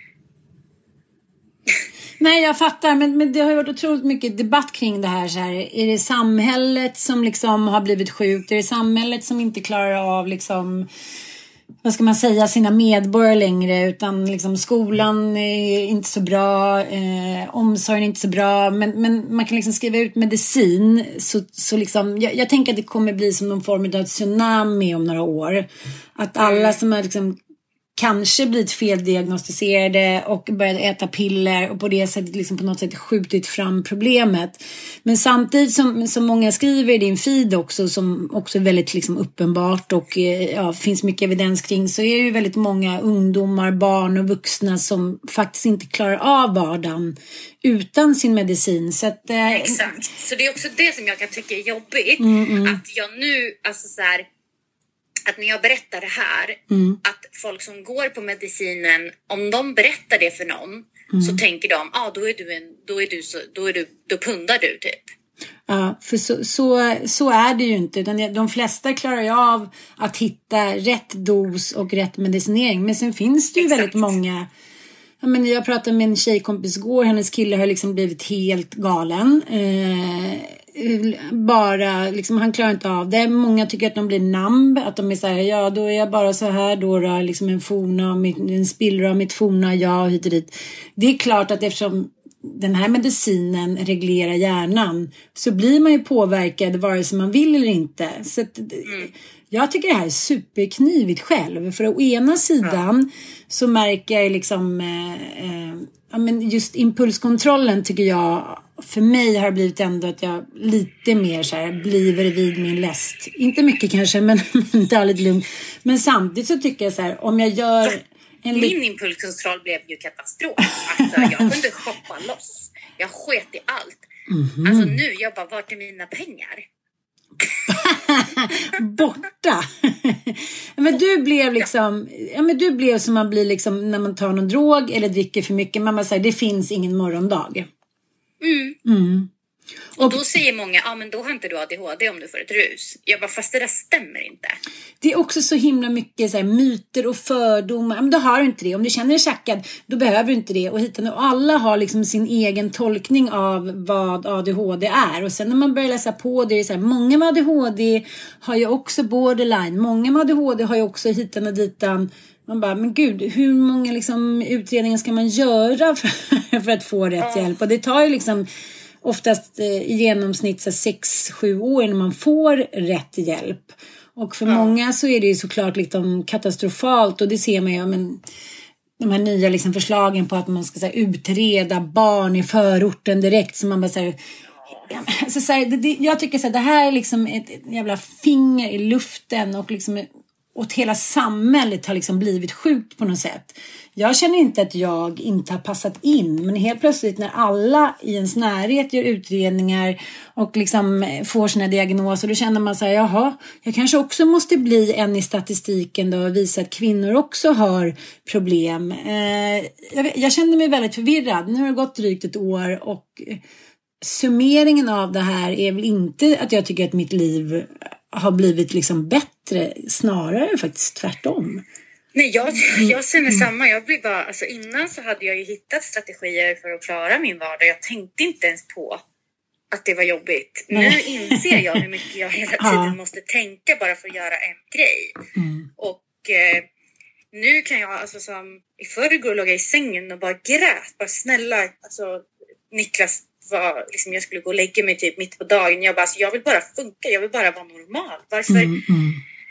Nej, jag fattar, men, men det har ju varit otroligt mycket debatt kring det här, så här. Är det samhället som liksom har blivit sjukt? Är det samhället som inte klarar av liksom, vad ska man säga, sina medborgare längre, utan liksom skolan är inte så bra, eh, omsorgen är inte så bra, men, men man kan liksom skriva ut medicin, så, så liksom, jag, jag tänker att det kommer bli som någon form av tsunami om några år, att alla som är liksom kanske blivit feldiagnostiserade och börjat äta piller och på det sättet liksom på något sätt skjutit fram problemet. Men samtidigt som, som många skriver i din feed också, som också är väldigt liksom uppenbart och ja, finns mycket evidens kring, så är det ju väldigt många ungdomar, barn och vuxna som faktiskt inte klarar av vardagen utan sin medicin. Så att, eh... Exakt, så det är också det som jag kan tycka är jobbigt, mm, mm. att jag nu, alltså så här, att när jag berättar det här, mm. att folk som går på medicinen, om de berättar det för någon, mm. så tänker de, ja ah, då är du en, då är du så, då är du, då pundar du typ. Ja, för så, så, så är det ju inte, utan de flesta klarar ju av att hitta rätt dos och rätt medicinering, men sen finns det ju Exakt. väldigt många. Ja, men jag pratade med en tjejkompis igår, hennes kille har liksom blivit helt galen. Eh, bara, liksom, han klarar inte av det. Många tycker att de blir namn, att de är så här, ja då är jag bara så här, då är det liksom en forna, en spillra av mitt forna, ja hit och dit. Det är klart att eftersom den här medicinen reglerar hjärnan, så blir man ju påverkad vare sig man vill eller inte. Så att, mm. jag tycker det här är superknivigt själv. För å ena sidan ja. så märker jag liksom eh, eh, ja, men just impulskontrollen tycker jag, för mig har det blivit ändå att jag lite mer så här bliver vid min läst. Inte mycket kanske, men inte alldeles lugnt. Men samtidigt så tycker jag så här, om jag gör en min li- impulskontroll blev ju katastrof. Alltså jag kunde shoppa loss. Jag sket i allt. Mm-hmm. Alltså nu, jag bara, vart är mina pengar? Borta. Men du blev liksom, ja men du blev som man blir liksom när man tar någon drog eller dricker för mycket. Man säger, det finns ingen morgondag. Mm. Mm. Och, och då säger många, ja ah, men då har inte du A D H D om du får ett rus. Jag bara, fast det där stämmer inte. Det är också så himla mycket så här, myter och fördomar. Men då har du inte det. Om du känner dig tjackad, då behöver du inte det. Och, hitan, och alla har liksom sin egen tolkning av vad A D H D är. Och sen när man börjar läsa på det är så här, många med A D H D har ju också borderline. Många med A D H D har ju också hitan och ditan. Man bara, men gud, hur många liksom, utredningar ska man göra för, för att få rätt hjälp? Och det tar ju liksom oftast eh, i genomsnitt så sex sju år när man får rätt hjälp. Och för ja. många så är det ju såklart liksom katastrofalt. Och det ser man ju, men de här nya liksom förslagen på att man ska så här, utreda barn i förorten direkt. Så man bara så här, alltså, så här, det, det, jag tycker så här, det här är liksom ett, ett jävla finger i luften och liksom åt hela samhället har liksom blivit sjukt på något sätt. Jag känner inte att jag inte har passat in, men helt plötsligt när alla i ens närhet gör utredningar och liksom får sina diagnoser, då känner man så här, jaha, jag kanske också måste bli en i statistiken då och visa att kvinnor också har problem. Eh, jag, jag kände mig väldigt förvirrad. Nu har det gått drygt ett år och summeringen av det här är väl inte att jag tycker att mitt liv har blivit liksom bättre, snarare faktiskt tvärtom. Nej, jag, jag känner samma. Jag blir bara, alltså innan så hade jag ju hittat strategier för att klara min vardag. Jag tänkte inte ens på att det var jobbigt. Nu inser jag hur mycket jag hela tiden ja. måste tänka bara för att göra en grej. Mm. Och eh, nu kan jag, alltså som i förrgår låg jag i sängen och bara grät. Bara snälla, alltså Niklas, var, liksom, jag skulle gå och lägga mig typ mitt på dagen. Jag bara, alltså, jag vill bara funka, jag vill bara vara normal. Varför, mm, mm.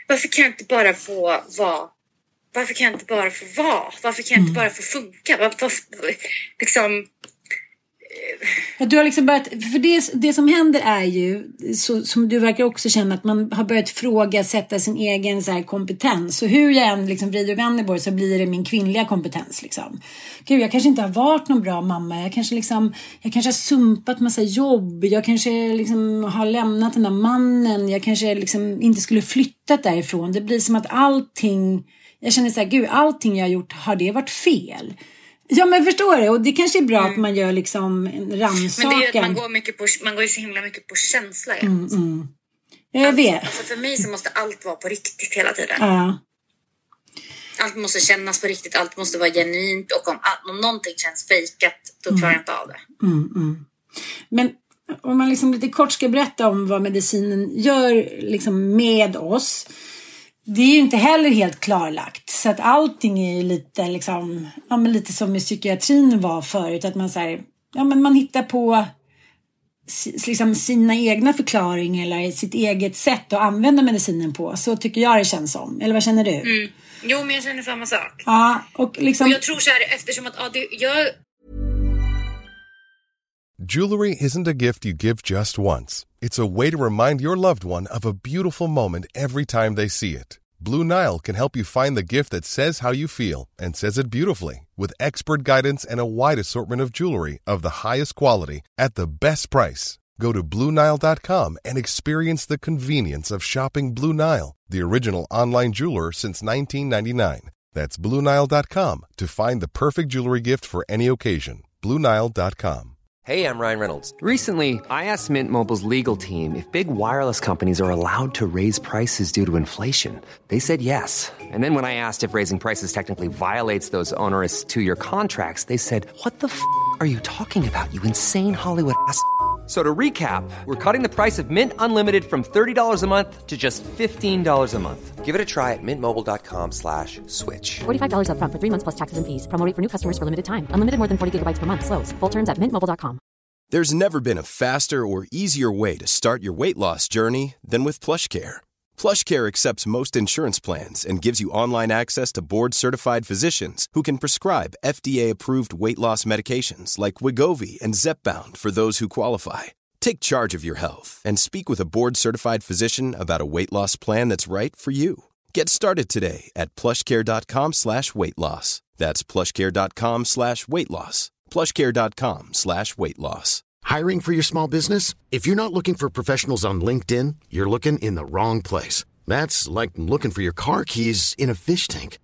varför kan jag inte bara få vara? Varför kan jag inte bara få vara? Varför kan jag inte Mm. bara få funka? Varför, varför, liksom... Ja, du har liksom börjat, för det, det som händer är ju, så, som du verkar också känna, att man har börjat frågasätta sin egen så här, kompetens. Så hur jag än liksom vrider och vänder på det, så blir det min kvinnliga kompetens. Liksom. Gud, jag kanske inte har varit någon bra mamma. Jag kanske, liksom, jag kanske har sumpat massa jobb. Jag kanske liksom har lämnat den där mannen. Jag kanske liksom inte skulle flyttat därifrån. Det blir som att allting... Jag känner så här, gud, allting jag har gjort, har det varit fel? Ja, men förstår det. Och det kanske är bra mm. att man gör liksom en rannsakan. Men det är ju att man går, mycket på, man går ju så himla mycket på känsla. Mm, mm. Jag vet. Alltså för mig så måste allt vara på riktigt hela tiden. Ja. Allt måste kännas på riktigt. Allt måste vara genuint. Och om, om någonting känns fejkat, då mm. klarar jag inte av det. Mm, mm. Men om man liksom lite kort ska berätta om vad medicinen gör liksom med oss. Det är ju inte heller helt klarlagt. Så att allting är ju lite, liksom, ja, men lite som i psykiatrin var förut. Att man, så här, ja, men man hittar på liksom, sina egna förklaringar eller sitt eget sätt att använda medicinen på. Så tycker jag det känns som. Eller vad känner du? Mm. Jo, men jag känner samma sak. Ja, och, liksom... och jag tror så här, eftersom att ja, det, jag... Jewelry isn't a gift you give just once. It's a way to remind your loved one of a beautiful moment every time they see it. Blue Nile can help you find the gift that says how you feel and says it beautifully, with expert guidance and a wide assortment of jewelry of the highest quality at the best price. Go to Blue Nile dot com and experience the convenience of shopping Blue Nile, the original online jeweler since nineteen ninety-nine. That's Blue Nile dot com to find the perfect jewelry gift for any occasion. Blue Nile dot com. Hey, I'm Ryan Reynolds. Recently, I asked Mint Mobile's legal team if big wireless companies are allowed to raise prices due to inflation. They said yes. And then when I asked if raising prices technically violates those onerous two-year contracts, they said, what the f*** are you talking about, you insane Hollywood ass f- So to recap, we're cutting the price of Mint Unlimited from thirty dollars a month to just fifteen dollars a month. Give it a try at mintmobile.com slash switch. forty-five dollars up front for three months plus taxes and fees. Promo rate for new customers for limited time. Unlimited more than forty gigabytes per month. Slows full terms at mint mobile dot com. There's never been a faster or easier way to start your weight loss journey than with PlushCare. PlushCare accepts most insurance plans and gives you online access to board-certified physicians who can prescribe F D A-approved weight loss medications like Wegovy and Zepbound for those who qualify. Take charge of your health and speak with a board-certified physician about a weight loss plan that's right for you. Get started today at plushcare.com slash weight loss. That's plushcare.com slash weight loss. plushcare.com slash weight loss. Hiring for your small business? If you're not looking for professionals on LinkedIn, you're looking in the wrong place. That's like looking for your car keys in a fish tank.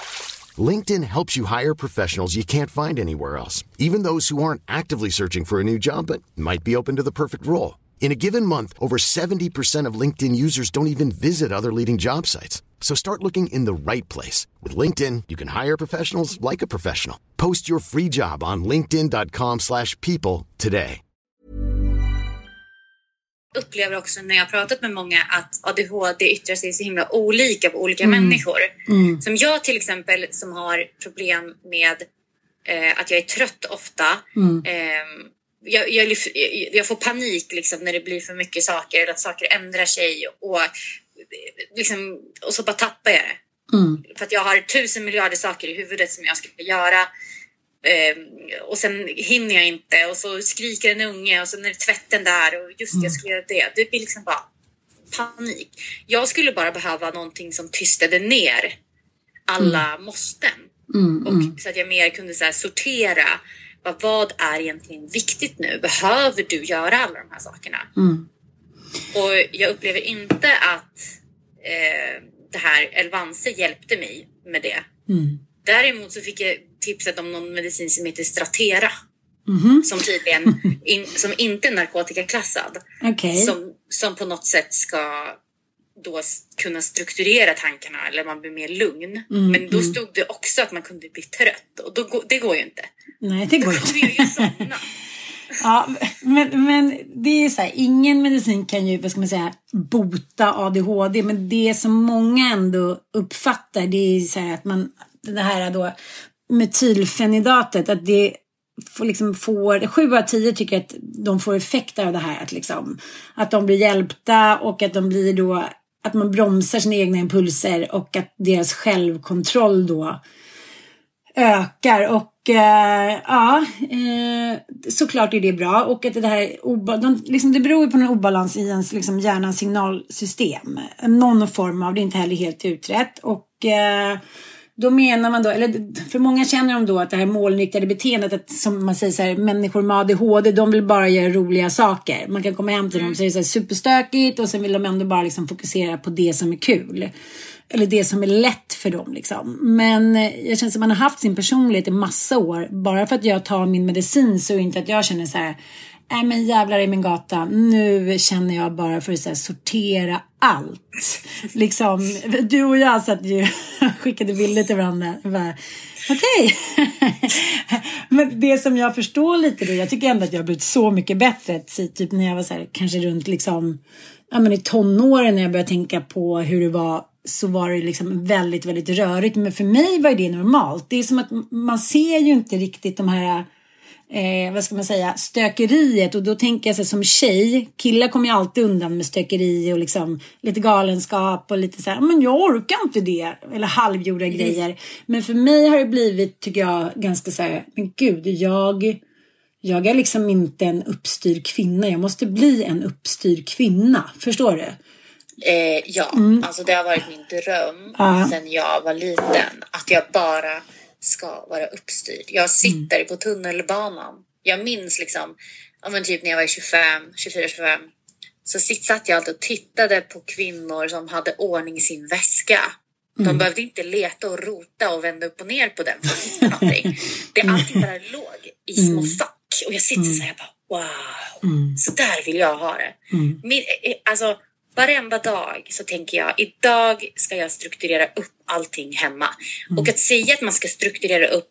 LinkedIn helps you hire professionals you can't find anywhere else, even those who aren't actively searching for a new job but might be open to the perfect role. In a given month, over seventy percent of LinkedIn users don't even visit other leading job sites. So start looking in the right place. With LinkedIn, you can hire professionals like a professional. Post your free job on linkedin.com slash people today. Upplever också när jag har pratat med många att A D H D yttrar sig så himla olika på olika mm. människor. Mm. Som jag till exempel som har problem med eh, att jag är trött ofta. Mm. Eh, jag, jag, jag får panik liksom, när det blir för mycket saker eller att saker ändrar sig och, liksom, och så bara tappar jag det. Mm. För att jag har tusen miljarder saker i huvudet som jag ska göra. Eh, och sen hinner jag inte och så skriker en unge och så är det tvätten där och just det, jag skulle göra det. Det blir liksom bara panik. Jag skulle bara behöva någonting som tystade ner alla mm. måsten. Mm, och mm. så att jag mer kunde så här sortera vad, vad är egentligen viktigt nu? Behöver du göra alla de här sakerna? Mm. Och jag upplever inte att eh, det här Elvanse hjälpte mig med det. Mm. Däremot så fick jag tipset om någon medicin som heter Stratera. Mm-hmm. Som tydligen in, som inte är narkotikaklassad. Okay. Som, som på något sätt ska då kunna strukturera tankarna eller man blir mer lugn. Mm, Men då mm. stod det också att man kunde bli trött. Och då, det går ju inte. Nej, det går då inte. Jag ju somna. Ja, men, men det är så här, ingen medicin kan ju, vad ska man säga, bota A D H D. Men det som många ändå uppfattar, det är så här att man, det här då metylfenidatet, att det får liksom får, sju av tio tycker att de får effekter av det här, att liksom, att de blir hjälpta och att de blir då att man bromsar sina egna impulser och att deras självkontroll då ökar. Och eh, ja, eh, såklart är det bra. Och att det här oba- de, liksom, det beror ju på en obalans i ens liksom, hjärnans signalsystem. Någon form av, det är inte heller helt utrett. Och eh, då menar man då, eller för många känner de då att det här målinriktade beteendet, att som man säger så här, människor med A D H D, de vill bara göra roliga saker. Man kan komma hem till dem och säga så här superstökigt, och sen vill de ändå bara liksom fokusera på det som är kul. Eller det som är lätt för dem liksom. Men jag känner att man har haft sin personlighet i massa år. Bara för att jag tar min medicin så är inte att jag känner så här, nej men jävlar i min gata, nu känner jag bara för att så här, sortera allt. Liksom, du och jag satt ju skickade bilder till varandra. Okej. Okay. Men det som jag förstår lite då, jag tycker ändå att jag har blivit så mycket bättre. Typ när jag var så här, kanske runt liksom, ja men i tonåren när jag började tänka på hur det var, så var det liksom väldigt, väldigt rörigt. Men för mig var det normalt. Det är som att man ser ju inte riktigt de här, eh, vad ska man säga, stökeriet. Och då tänker jag så här, som tjej, killar kommer ju alltid undan med stökeri och liksom lite galenskap och lite så här, men jag orkar inte det. Eller halvgjorda mm. grejer. Men för mig har det blivit, tycker jag, ganska så här, men gud, jag... Jag är liksom inte en uppstyrd kvinna. Jag måste bli en uppstyrd kvinna. Förstår du? Eh, ja, mm. alltså det har varit min dröm ah. sedan jag var liten. Att jag bara ska vara uppstyrd. Jag sitter mm. på tunnelbanan. Jag minns liksom, ja, men typ när jag var tjugofem, tjugofyra, tjugofem. Så satt jag alltid och tittade på kvinnor som hade ordning i sin väska. De mm. behövde inte leta och rota och vända upp och ner på den för att hitta någonting. Det alltid bara låg i små mm. fack. Och jag sitter mm. så här bara, wow, mm. så där vill jag ha det. Mm. Min, alltså, varenda dag så tänker jag, idag ska jag strukturera upp allting hemma. Mm. Och att säga att man ska strukturera upp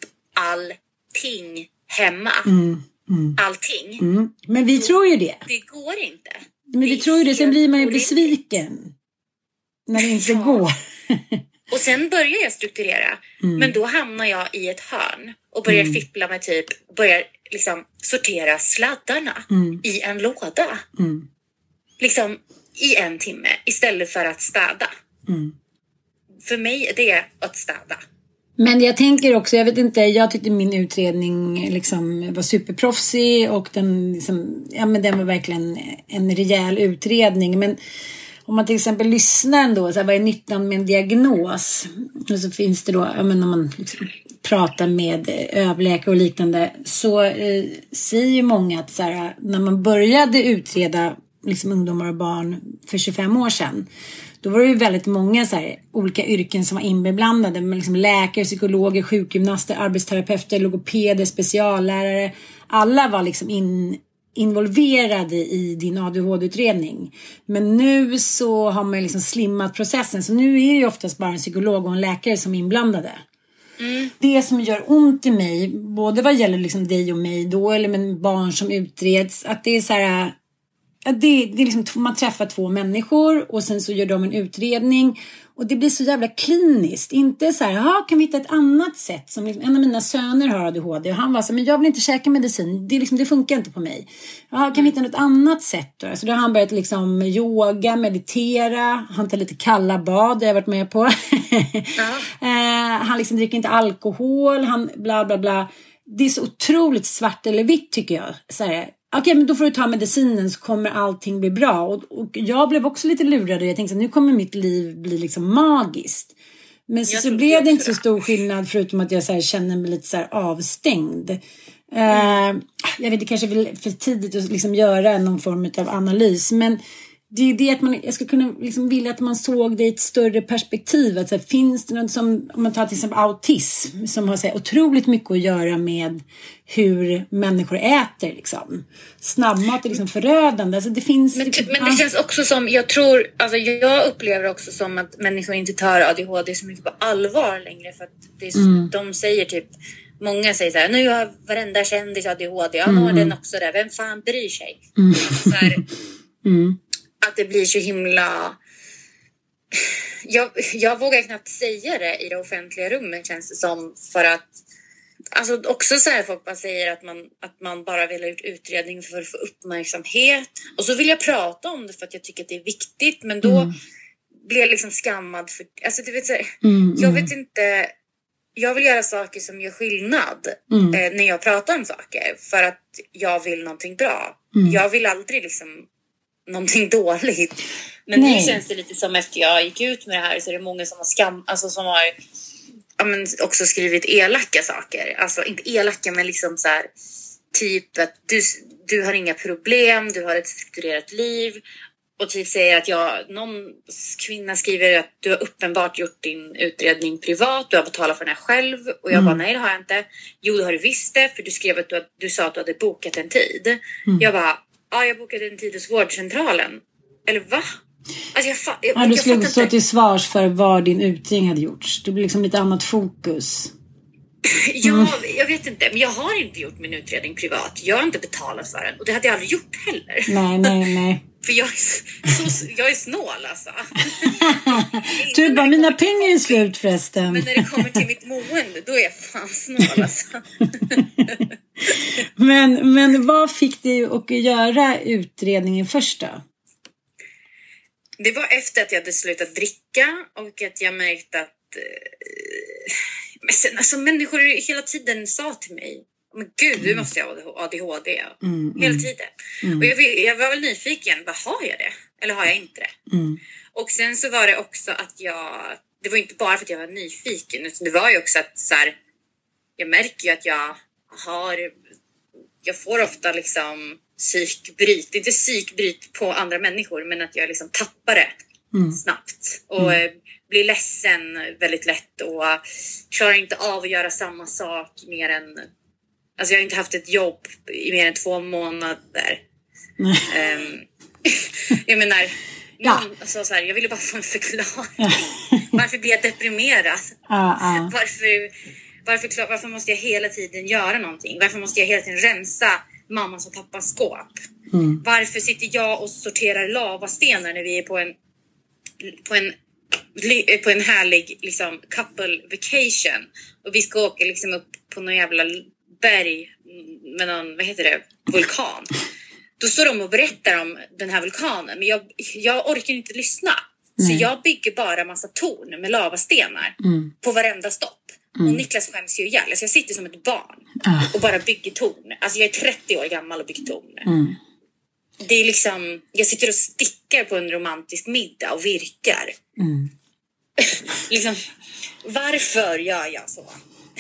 allting hemma, mm. Mm. allting. Mm. Men vi tror ju det. Det går inte. Men vi tror ju det, sen blir man ju besviken. När det inte ja. går. Och sen börjar jag strukturera. Mm. Men då hamnar jag i ett hörn. Och börjar mm. fippla med typ, börjar liksom sortera sladdarna mm. i en låda. Mm. Liksom i en timme istället för att städa. Mm. För mig är det att städa. Men jag tänker också, jag vet inte, jag tyckte min utredning liksom var superproffsig och den, liksom, ja, men den var verkligen en rejäl utredning. Men om man till exempel lyssnar ändå, så här, vad är nyttan med en diagnos? Och så finns det då, ja, men om man liksom pratar med överläkare och liknande, så eh, säger många att så här, när man började utreda liksom ungdomar och barn för tjugofem år sedan, då var det ju väldigt många så här, olika yrken som var inblandade, med liksom läkare, psykologer, sjukgymnaster, arbetsterapeuter, logopeder, speciallärare. Alla var liksom in, involverade i din A D H D-utredning. Men nu så har man liksom slimmat processen, så nu är det ju oftast bara en psykolog och en läkare som är inblandade. Mm. Det som gör ont i mig, både vad gäller liksom dig och mig då, eller med barn som utreds, att det är så här, att det, det är liksom, man träffar två människor och sen så gör de en utredning och det blir så jävla kliniskt. Inte så här, jaha, kan vi hitta ett annat sätt? Som liksom, en av mina söner har A D H D och han var så här, men jag vill inte käka medicin, det, liksom, det funkar inte på mig. Jaha, kan vi hitta något annat sätt då? Så då har han börjat liksom yoga, meditera, han tar lite kalla bad, det har jag varit med på. eh, han liksom dricker inte alkohol, han bla bla bla. Det är så otroligt svart eller vitt tycker jag. Så här, okej, okay, men då får du ta medicinen så kommer allting bli bra. Och, och jag blev också lite lurad och jag tänkte att nu kommer mitt liv bli liksom magiskt. Men så, så blev det inte så stor skillnad förutom att jag så här, känner mig lite så här avstängd. Mm. Uh, jag vet, det kanske är för tidigt att liksom göra någon form av analys. Men det är det att man, jag skulle kunna liksom vilja att man såg det i ett större perspektiv. Att så här, finns det något som, om man tar till exempel autism, som har så här, otroligt mycket att göra med hur människor äter liksom. Snabbmat är liksom förödande. Alltså det finns, men, typ, men det känns också som, jag tror, alltså jag upplever också som att människor inte tar A D H D så mycket på allvar längre. För att det är, mm. de säger typ, många säger så här, nu har varenda kändis A D H D, han har mm. den också där, vem fan bryr sig? Mm. Så här, mm. Att det blir så himla... Jag, jag vågar knappt säga det i det offentliga rummet, känns det som. För att... Alltså också så här, folk bara säger att man, att man bara vill ha ut utredning för att få uppmärksamhet. Och så vill jag prata om det för att jag tycker att det är viktigt. Men då, mm. blev liksom skammad för, alltså du vet så här, Mm, jag mm. vet inte, jag vill göra saker som gör skillnad Mm. eh, när jag pratar om saker för att jag vill någonting bra. Mm. Jag vill aldrig liksom någonting dåligt. Men Nej. nu känns det lite som efter jag gick ut med det här så är det många som har skam, alltså som har ja, men också skrivit elaka saker. Alltså inte elaka men liksom så här typ att du, du har inga problem, du har ett strukturerat liv. Och typ säger att jag, någon kvinna skriver att du har uppenbart gjort din utredning privat. Du har betalat för den här själv. Och jag Mm. bara, nej det har jag inte. Jo, det har du visst det. För du skrev att du, du sa att du hade bokat en tid. Mm. Jag bara, ja jag bokade en tid hos vårdcentralen. Eller va? Alltså jag, fa- jag, Ja, du jag skulle fattar stå inte. till svars för vad din utredning hade gjorts. Det blir liksom lite annat fokus. Ja, jag vet inte. Men jag har inte gjort min utredning privat. Jag har inte betalat för den. Och det hade jag aldrig gjort heller. Nej, nej, nej. För jag är, så, jag är snål alltså. Du bara, mina pengar är slut förresten. Men när det kommer till mitt mående, då är jag fan snål alltså. men, men vad fick dig att göra utredningen först då? Det var efter att jag hade slutat dricka och att jag märkte att eh, men sen, alltså, människor hela tiden sa till mig, men gud, du måste ha A D H D. Mm, Hela mm. tiden. Mm. Och jag, jag var väl nyfiken, vad har jag det? Eller har jag inte det? Mm. Och sen så var det också att jag, det var inte bara för att jag var nyfiken, utan det var ju också att så här, jag märker ju att jag har, jag får ofta liksom psykbryt, inte psykbryt på andra människor, men att jag liksom tappar det Mm. snabbt. Och mm. blir ledsen väldigt lätt och klarar inte av att göra samma sak mer än, alltså jag har inte haft ett jobb i mer än två månader. um, jag menar, ja. någon, alltså så här, jag ville bara få en förklaring. Varför blir jag deprimerad? Ah, ah. Varför, varför, varför måste jag hela tiden göra någonting? Varför måste jag hela tiden rensa mamman som tappar skåp? Mm. Varför sitter jag och sorterar lavastenar när vi är på en på en på en härlig liksom couple vacation och vi ska åka liksom upp på någon jävla berg med någon, vad heter det, vulkan. Då står de och berättar om den här vulkanen, men jag, jag orkar inte lyssna. Nej. Så jag bygger bara massa torn med lavastenar mm. på varenda stopp. Mm. Och Niklas skäms ju ihjäl. Alltså jag sitter som ett barn ah. och bara bygger torn. Alltså jag är trettio år gammal och bygger torn. Mm. Det är liksom, jag sitter och stickar på en romantisk middag och virkar. Mm. liksom, varför gör jag så?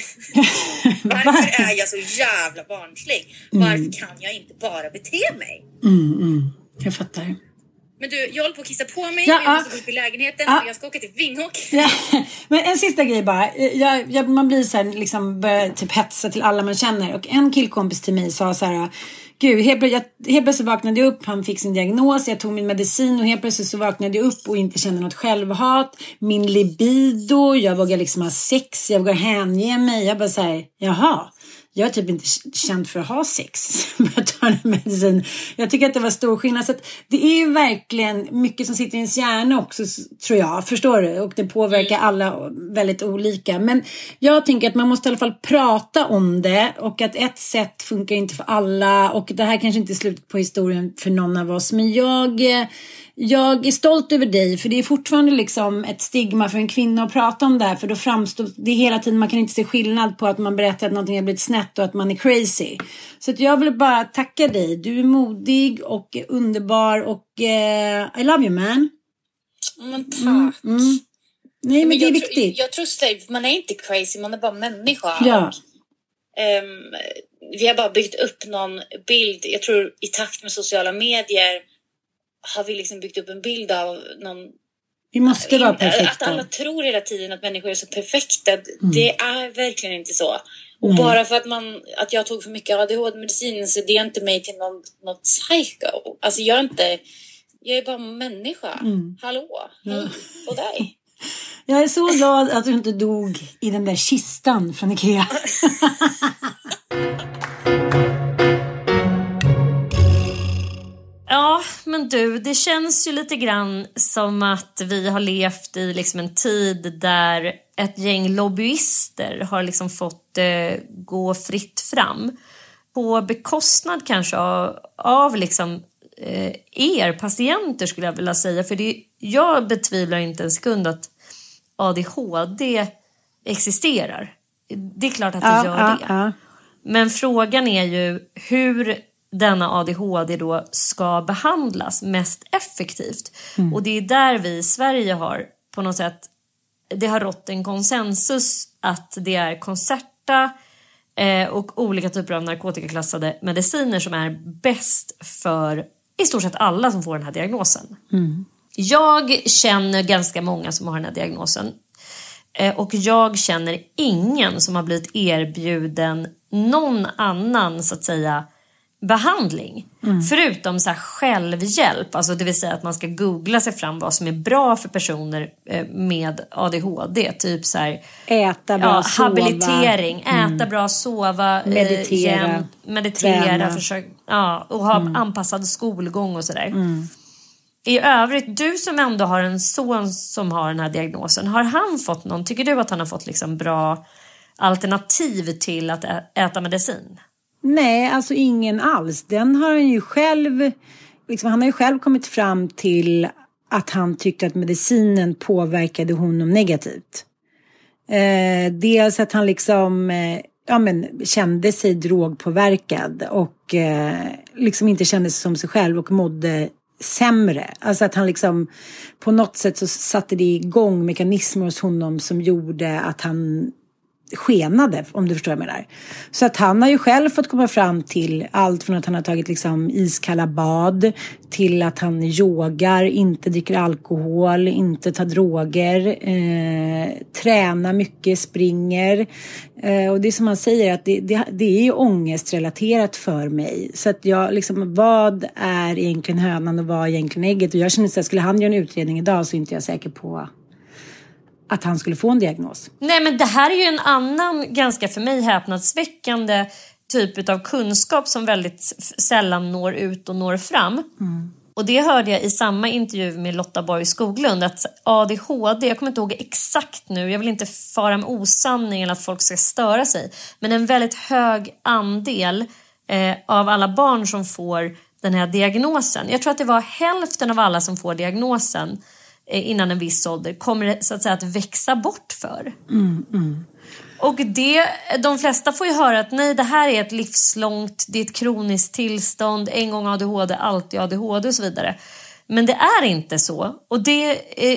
Varför är jag så jävla barnslig? Varför mm. kan jag inte bara bete mig? Mm, mm. Jag fattar. Men du, jag håller på att kissa på mig. Ja, jag måste gå upp i lägenheten. ja. Och jag ska åka till Vingåk. Ja. Men en sista grej bara. Jag, jag, man blir så här, liksom, börjar typ hetsa till alla man känner. Och en killkompis till mig sa så här: gud, helt, jag, helt plötsligt vaknade jag upp. Han fick sin diagnos. Jag tog min medicin. Och helt plötsligt så vaknade jag upp och inte kände något självhat. Min libido. Jag vågar liksom ha sex. Jag vågar hänge mig. Jag bara så här, jaha. Jag är typ inte känd för att ha sex. Jag tar en medicin. Jag tycker att det var stor skillnad. Så att det är ju verkligen mycket som sitter i ens hjärna också, tror jag. Förstår du? Och det påverkar alla väldigt olika. Men jag tänker att man måste i alla fall prata om det. Och att ett sätt funkar inte för alla. Och det här kanske inte är slutet på historien för någon av oss. Men jag... Jag är stolt över dig, för det är fortfarande liksom ett stigma för en kvinna att prata om det här, för då framstår det hela tiden, man kan inte se skillnad på att man berättar att någonting har blivit snett och att man är crazy. Så att jag vill bara tacka dig, du är modig och underbar och uh, I love you man. Men tack. Mm, mm. Nej men, men det är jag viktigt. Tro, jag tror att man är inte crazy, man är bara människa. Ja. Och, um, vi har bara byggt upp någon bild, jag tror i takt med sociala medier har vi liksom byggt upp en bild av någon... Vi måste vara perfekta. Att alla tror hela tiden att människor är så perfekta. Mm. Det är verkligen inte så. Och Nej. Bara för att, man, att jag tog för mycket A D H D-medicin så det är inte mig till någon, något psycho. Alltså jag är inte... Jag är bara människa. Mm. Hallå, hej mm. på dig. Jag är så glad att du inte dog i den där kistan från Ikea. Ja, men du, det känns ju lite grann som att vi har levt i liksom en tid där ett gäng lobbyister har liksom fått eh, gå fritt fram. På bekostnad kanske av, av liksom eh, er patienter skulle jag vilja säga. För det, jag betvivlar inte en sekund att A D H D existerar. Det är klart att det ja, gör ja, det. Ja. Men frågan är ju hur denna A D H D då ska behandlas mest effektivt. Mm. Och det är där vi i Sverige har på något sätt, det har rått en konsensus att det är Concerta eh, och olika typer av narkotikaklassade mediciner som är bäst för i stort sett alla som får den här diagnosen. Mm. Jag känner ganska många som har den här diagnosen. Eh, och jag känner ingen som har blivit erbjuden någon annan så att säga behandling. Mm. Förutom så här självhjälp. Alltså det vill säga att man ska googla sig fram vad som är bra för personer med A D H D. Typ så här, äta bra, ja, sova. Habilitering. Mm. Äta bra, sova. Meditera. Eh, meditera. Träna. Försök, ja, och ha mm. anpassad skolgång och sådär. Mm. I övrigt, du som ändå har en son som har den här diagnosen. Har han fått någon, tycker du att han har fått liksom bra alternativ till att äta medicin? Nej, alltså ingen alls. Den har han ju själv, liksom, han har ju själv kommit fram till att han tyckte att medicinen påverkade honom negativt. Eh, dels att han liksom eh, ja, men, kände sig drogpåverkad och eh, liksom inte kände sig som sig själv och mådde sämre. Alltså att han liksom på något sätt så satte det igång mekanismer hos honom som gjorde att han skenade, om du förstår vad jag menar. Så att han har ju själv fått komma fram till allt från att han har tagit liksom iskalla bad till att han yogar, inte dricker alkohol, inte tar droger, eh, tränar mycket, springer. Eh, och det är som han säger att det, det, det är ju ångestrelaterat för mig. Så att jag liksom, vad är egentligen hönan och vad är egentligen ägget? Och jag känner att skulle han göra en utredning idag så är inte jag säker på att han skulle få en diagnos. Nej, men det här är ju en annan ganska för mig häpnadsväckande typ av kunskap som väldigt sällan når ut och når fram. Mm. Och det hörde jag i samma intervju med Lotta Borg Skoglund att A D H D, jag kommer inte ihåg exakt nu, jag vill inte fara med osanning eller att folk ska störa sig, men en väldigt hög andel eh, av alla barn som får den här diagnosen. Jag tror att det var hälften av alla som får diagnosen innan en viss ålder kommer det så att säga att växa bort för. Mm, mm. Och det, de flesta får ju höra att nej, det här är ett livslångt, det är ett kroniskt tillstånd, en gång A D H D, alltid A D H D och så vidare. Men det är inte så. Och det,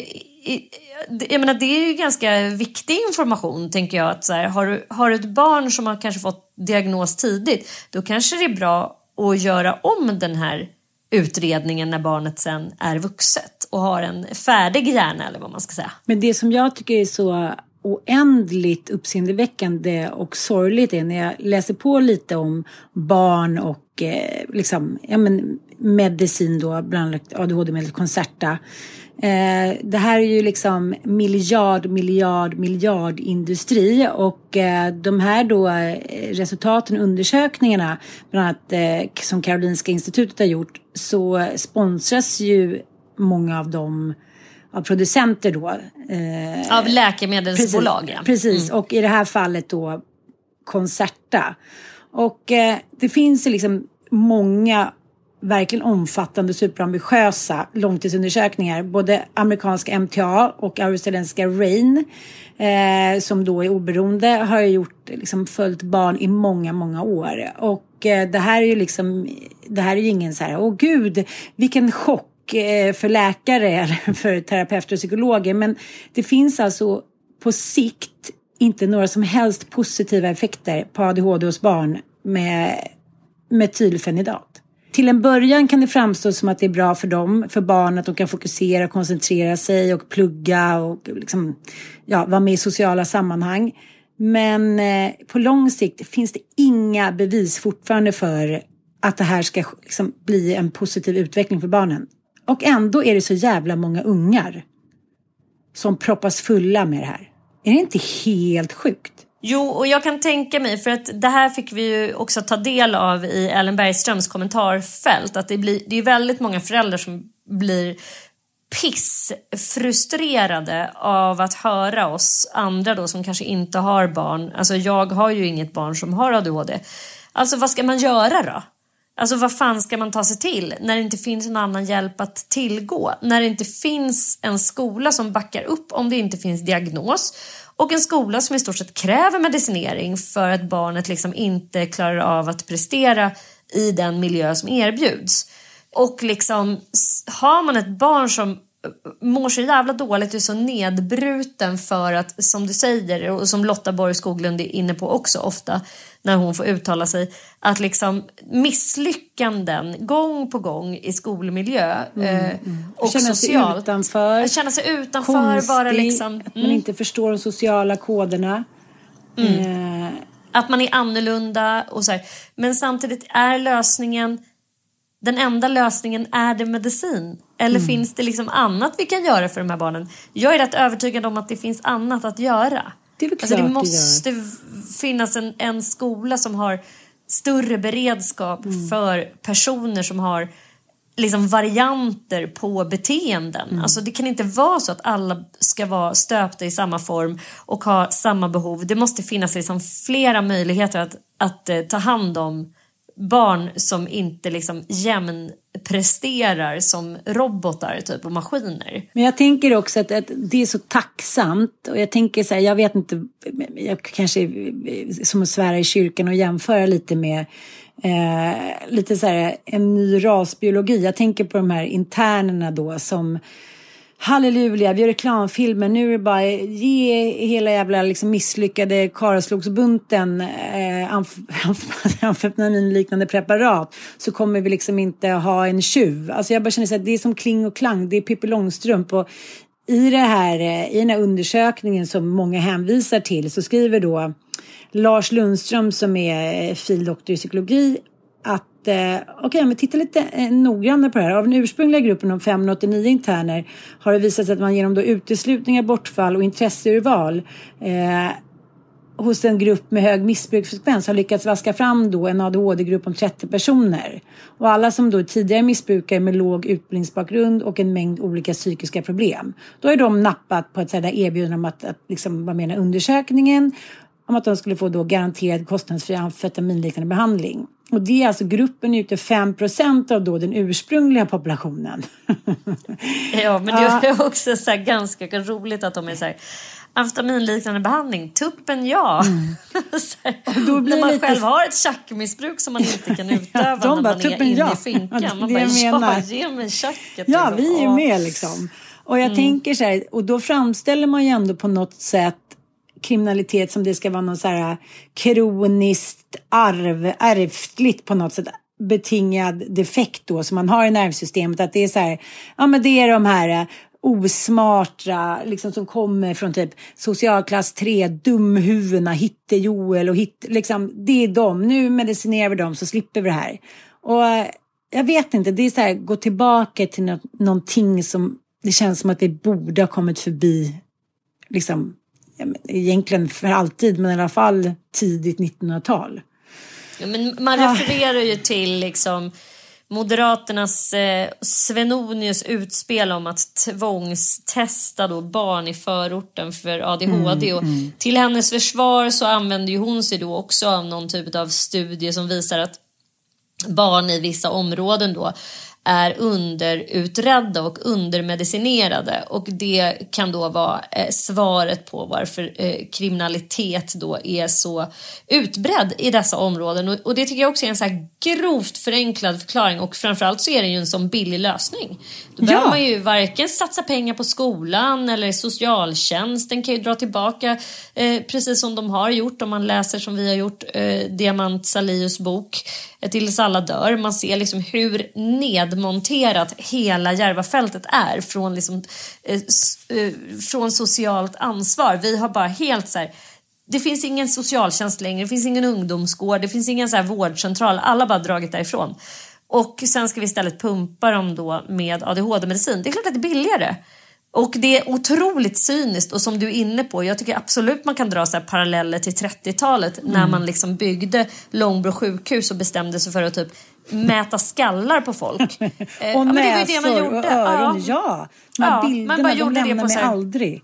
jag menar, det är ju ganska viktig information, tänker jag. Att så här, har, du, har du ett barn som har kanske fått diagnos tidigt, då kanske det är bra att göra om den här utredningen när barnet sen är vuxet och har en färdig hjärna, eller vad man ska säga. Men det som jag tycker är så oändligt uppseendeväckande och sorgligt är när jag läser på lite om barn och eh, liksom, ja, men medicin då, bland annat A D H D-medel, Concerta. Eh, det här är ju liksom miljard, miljard, miljard industri och eh, de här då eh, resultaten, undersökningarna bland annat eh, som Karolinska institutet har gjort, så sponsras ju många av dem av producenter då. Eh, av läkemedelsbolag. Precis, ja. precis. Mm. Och i det här fallet då Concerta. Och eh, det finns ju liksom många verkligen omfattande, superambitiösa långtidsundersökningar. Både amerikanska M T A och australienska RAIN eh, som då är oberoende har gjort, liksom, följt barn i många, många år. Och eh, det här är ju liksom, det här är ju ingen så här, åh gud, vilken chock eh, för läkare eller för terapeuter och psykologer. Men det finns alltså på sikt inte några som helst positiva effekter på A D H D hos barn med metylfenidat. Till en början kan det framstå som att det är bra för dem, för barn, att de kan fokusera, koncentrera sig och plugga och liksom, ja, vara med i sociala sammanhang. Men eh, på lång sikt finns det inga bevis fortfarande för att det här ska liksom bli en positiv utveckling för barnen. Och ändå är det så jävla många ungar som proppas fulla med det här. Är det inte helt sjukt? Jo, och jag kan tänka mig, för att det här fick vi ju också ta del av i Ellen Bergströms kommentarfält, att det, blir, det är väldigt många föräldrar som blir pissfrustrerade av att höra oss andra då som kanske inte har barn. Alltså jag har ju inget barn som har A D H D. Alltså vad ska man göra då? Alltså vad fan ska man ta sig till när det inte finns en annan hjälp att tillgå? När det inte finns en skola som backar upp om det inte finns diagnos. Och en skola som i stort sett kräver medicinering för att barnet liksom inte klarar av att prestera i den miljö som erbjuds. Och liksom har man ett barn som mår så jävla dåligt och är så nedbruten för att, som du säger och som Lotta Borg Skoglund är inne på också ofta när hon får uttala sig, att liksom misslyckanden gång på gång i skolmiljö mm, eh, mm. och känna socialt. Sig utanför, känna sig utanför, konstig, bara liksom, mm. att man inte förstår de sociala koderna. Mm. Eh. Att man är annorlunda och så här. Men samtidigt är lösningen, den enda lösningen, är det medicin? Eller mm. finns det liksom annat vi kan göra för de här barnen? Jag är rätt övertygad om att det finns annat att göra. Det, är väl alltså, klart det måste det finnas en, en skola som har större beredskap mm. för personer som har liksom varianter på beteenden. Mm. Alltså det kan inte vara så att alla ska vara stöpta i samma form och ha samma behov. Det måste finnas liksom flera möjligheter att, att eh, ta hand om barn som inte liksom jämn presterar som robotar typ och maskiner. Men jag tänker också att, att det är så tacksamt, och jag tänker så här, jag vet inte, jag kanske som att svära i kyrkan och jämföra lite med eh, lite så här en ny rasbiologi. Jag tänker på de här internerna då som halleluja, vi gör reklamfilmer. Nu är det bara ge hela jävla liksom misslyckade Karlslogsbunten eh, amfetamin-liknande preparat, så kommer vi liksom inte ha en tjuv. Alltså jag bara känner så att det är som Kling och Klang, det är Pippi Långstrump. Och i, det här, i den här undersökningen som många hänvisar till så skriver då Lars Lundström, som är fildoktor i psykologi, att eh, okej, okay, men titta lite eh, noggrannare på det här. Av den ursprungliga gruppen om femhundraåttionio interner har det visat sig att man genom då uteslutningar, bortfall och intresseurval eh, hos en grupp med hög missbruksfrekvens har lyckats vaska fram då en A D H D-grupp om trettio personer. Och alla som då tidigare missbrukare med låg utbildningsbakgrund och en mängd olika psykiska problem. Då är de nappat på ett sådär erbjudande om att, att liksom, vad menar undersökningen, om att de skulle få då garanterad kostnadsfri amfetaminliknande behandling. Och det är alltså gruppen ute fem procent av då den ursprungliga populationen. Ja, men det är också så här ganska roligt att de är så här, amfetaminliknande behandling, tuppen ja. Mm. här, då blir när man lite... själv har ett tjackmissbruk som man inte kan utöva ja, när man är inne ja. i finkan. Man bara, ja, ge mig tjacket. Ja, liksom. Vi är ju med liksom. Och jag mm. tänker så här, och då framställer man ju ändå på något sätt kriminalitet som det ska vara någon så här kroniskt arv, ärftligt på något sätt betingad defekt då som man har i nervsystemet, att det är så här, ja men det är de här osmarta liksom som kommer från typ socialklass tre, dumhuvudena, Hitte Joel och hit, liksom det är de, nu medicinerar vi dem så slipper vi det här. Och jag vet inte, det är så här, gå tillbaka till no- någonting som det känns som att vi borde ha kommit förbi liksom egentligen för alltid, men i alla fall tidigt nittonhundratal. Ja, men man refererar ju till liksom Moderaternas eh, Svenonius utspel om att tvångstesta då barn i förorten för A D H D. Mm, och mm. till hennes försvar så använder ju hon sig då också av någon typ av studie som visar att barn i vissa områden då är underutredda och undermedicinerade, och det kan då vara eh, svaret på varför eh, kriminalitet då är så utbredd i dessa områden, och, och det tycker jag också är en så här grovt förenklad förklaring, och framförallt så är det ju en sån billig lösning. Då ja. behöver man ju varken satsa pengar på skolan eller socialtjänsten kan ju dra tillbaka eh, precis som de har gjort om man läser som vi har gjort eh, Diamant Salius bok eh, Tills alla dör. Man ser liksom hur nedmonterat hela Järvafältet är från, liksom, eh, eh, från socialt ansvar. Vi har bara helt så här, det finns ingen socialtjänst längre, det finns ingen ungdomsgård, det finns ingen så här vårdcentral, alla bara dragit därifrån. Och sen ska vi istället pumpa dem då med A D H D-medicin. Det är klart att det är billigare. Och det är otroligt cyniskt, och som du är inne på, jag tycker absolut man kan dra så här paralleller till trettiotalet mm. när man liksom byggde Långbro sjukhus och bestämde sig för att typ mäta skallar på folk. och ja, näsor det det man gjorde. Och öron, ja. ja. De här ja, bilderna, man bara gjorde de lämnar det på mig här... aldrig.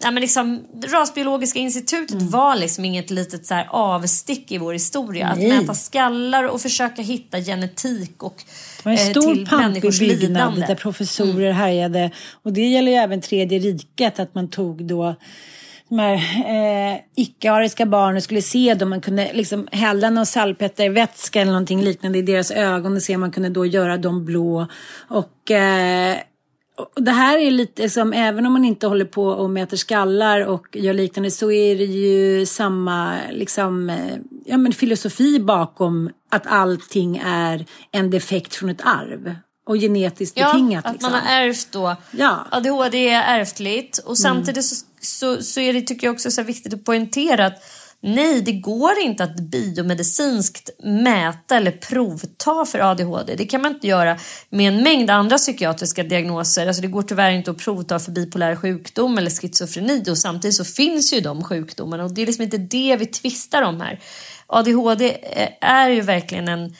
ja, men liksom, Rasbiologiska institutet mm. var liksom inget litet så här avstick i vår historia. Nej. Att mäta skallar och försöka hitta genetik och det var en stor pampig byggnad där professorer mm. härjade. Och det gäller ju även Tredje riket, att man tog då de här eh, icke-ariska barnen, skulle se dem, man kunde liksom hälla någon salpetervätska eller någonting liknande i deras ögon och se om man kunde då göra dem blå. Och, eh, och det här är lite som, även om man inte håller på och mäter skallar och gör liknande, så är det ju samma liksom, eh, ja, men filosofi bakom att allting är en defekt från ett arv. Och genetiskt betingat. Ja, att liksom. Man har ärvt då. Ja. A D H D är ärftligt. Och samtidigt mm. så, så, så är det, tycker jag också så viktigt att poängtera att nej, det går inte att biomedicinskt mäta eller provta för A D H D. Det kan man inte göra med en mängd andra psykiatriska diagnoser. Alltså det går tyvärr inte att provta för bipolär sjukdom eller schizofreni. Och samtidigt så finns ju de sjukdomarna. Och det är liksom inte det vi tvistar om här. A D H D är ju verkligen en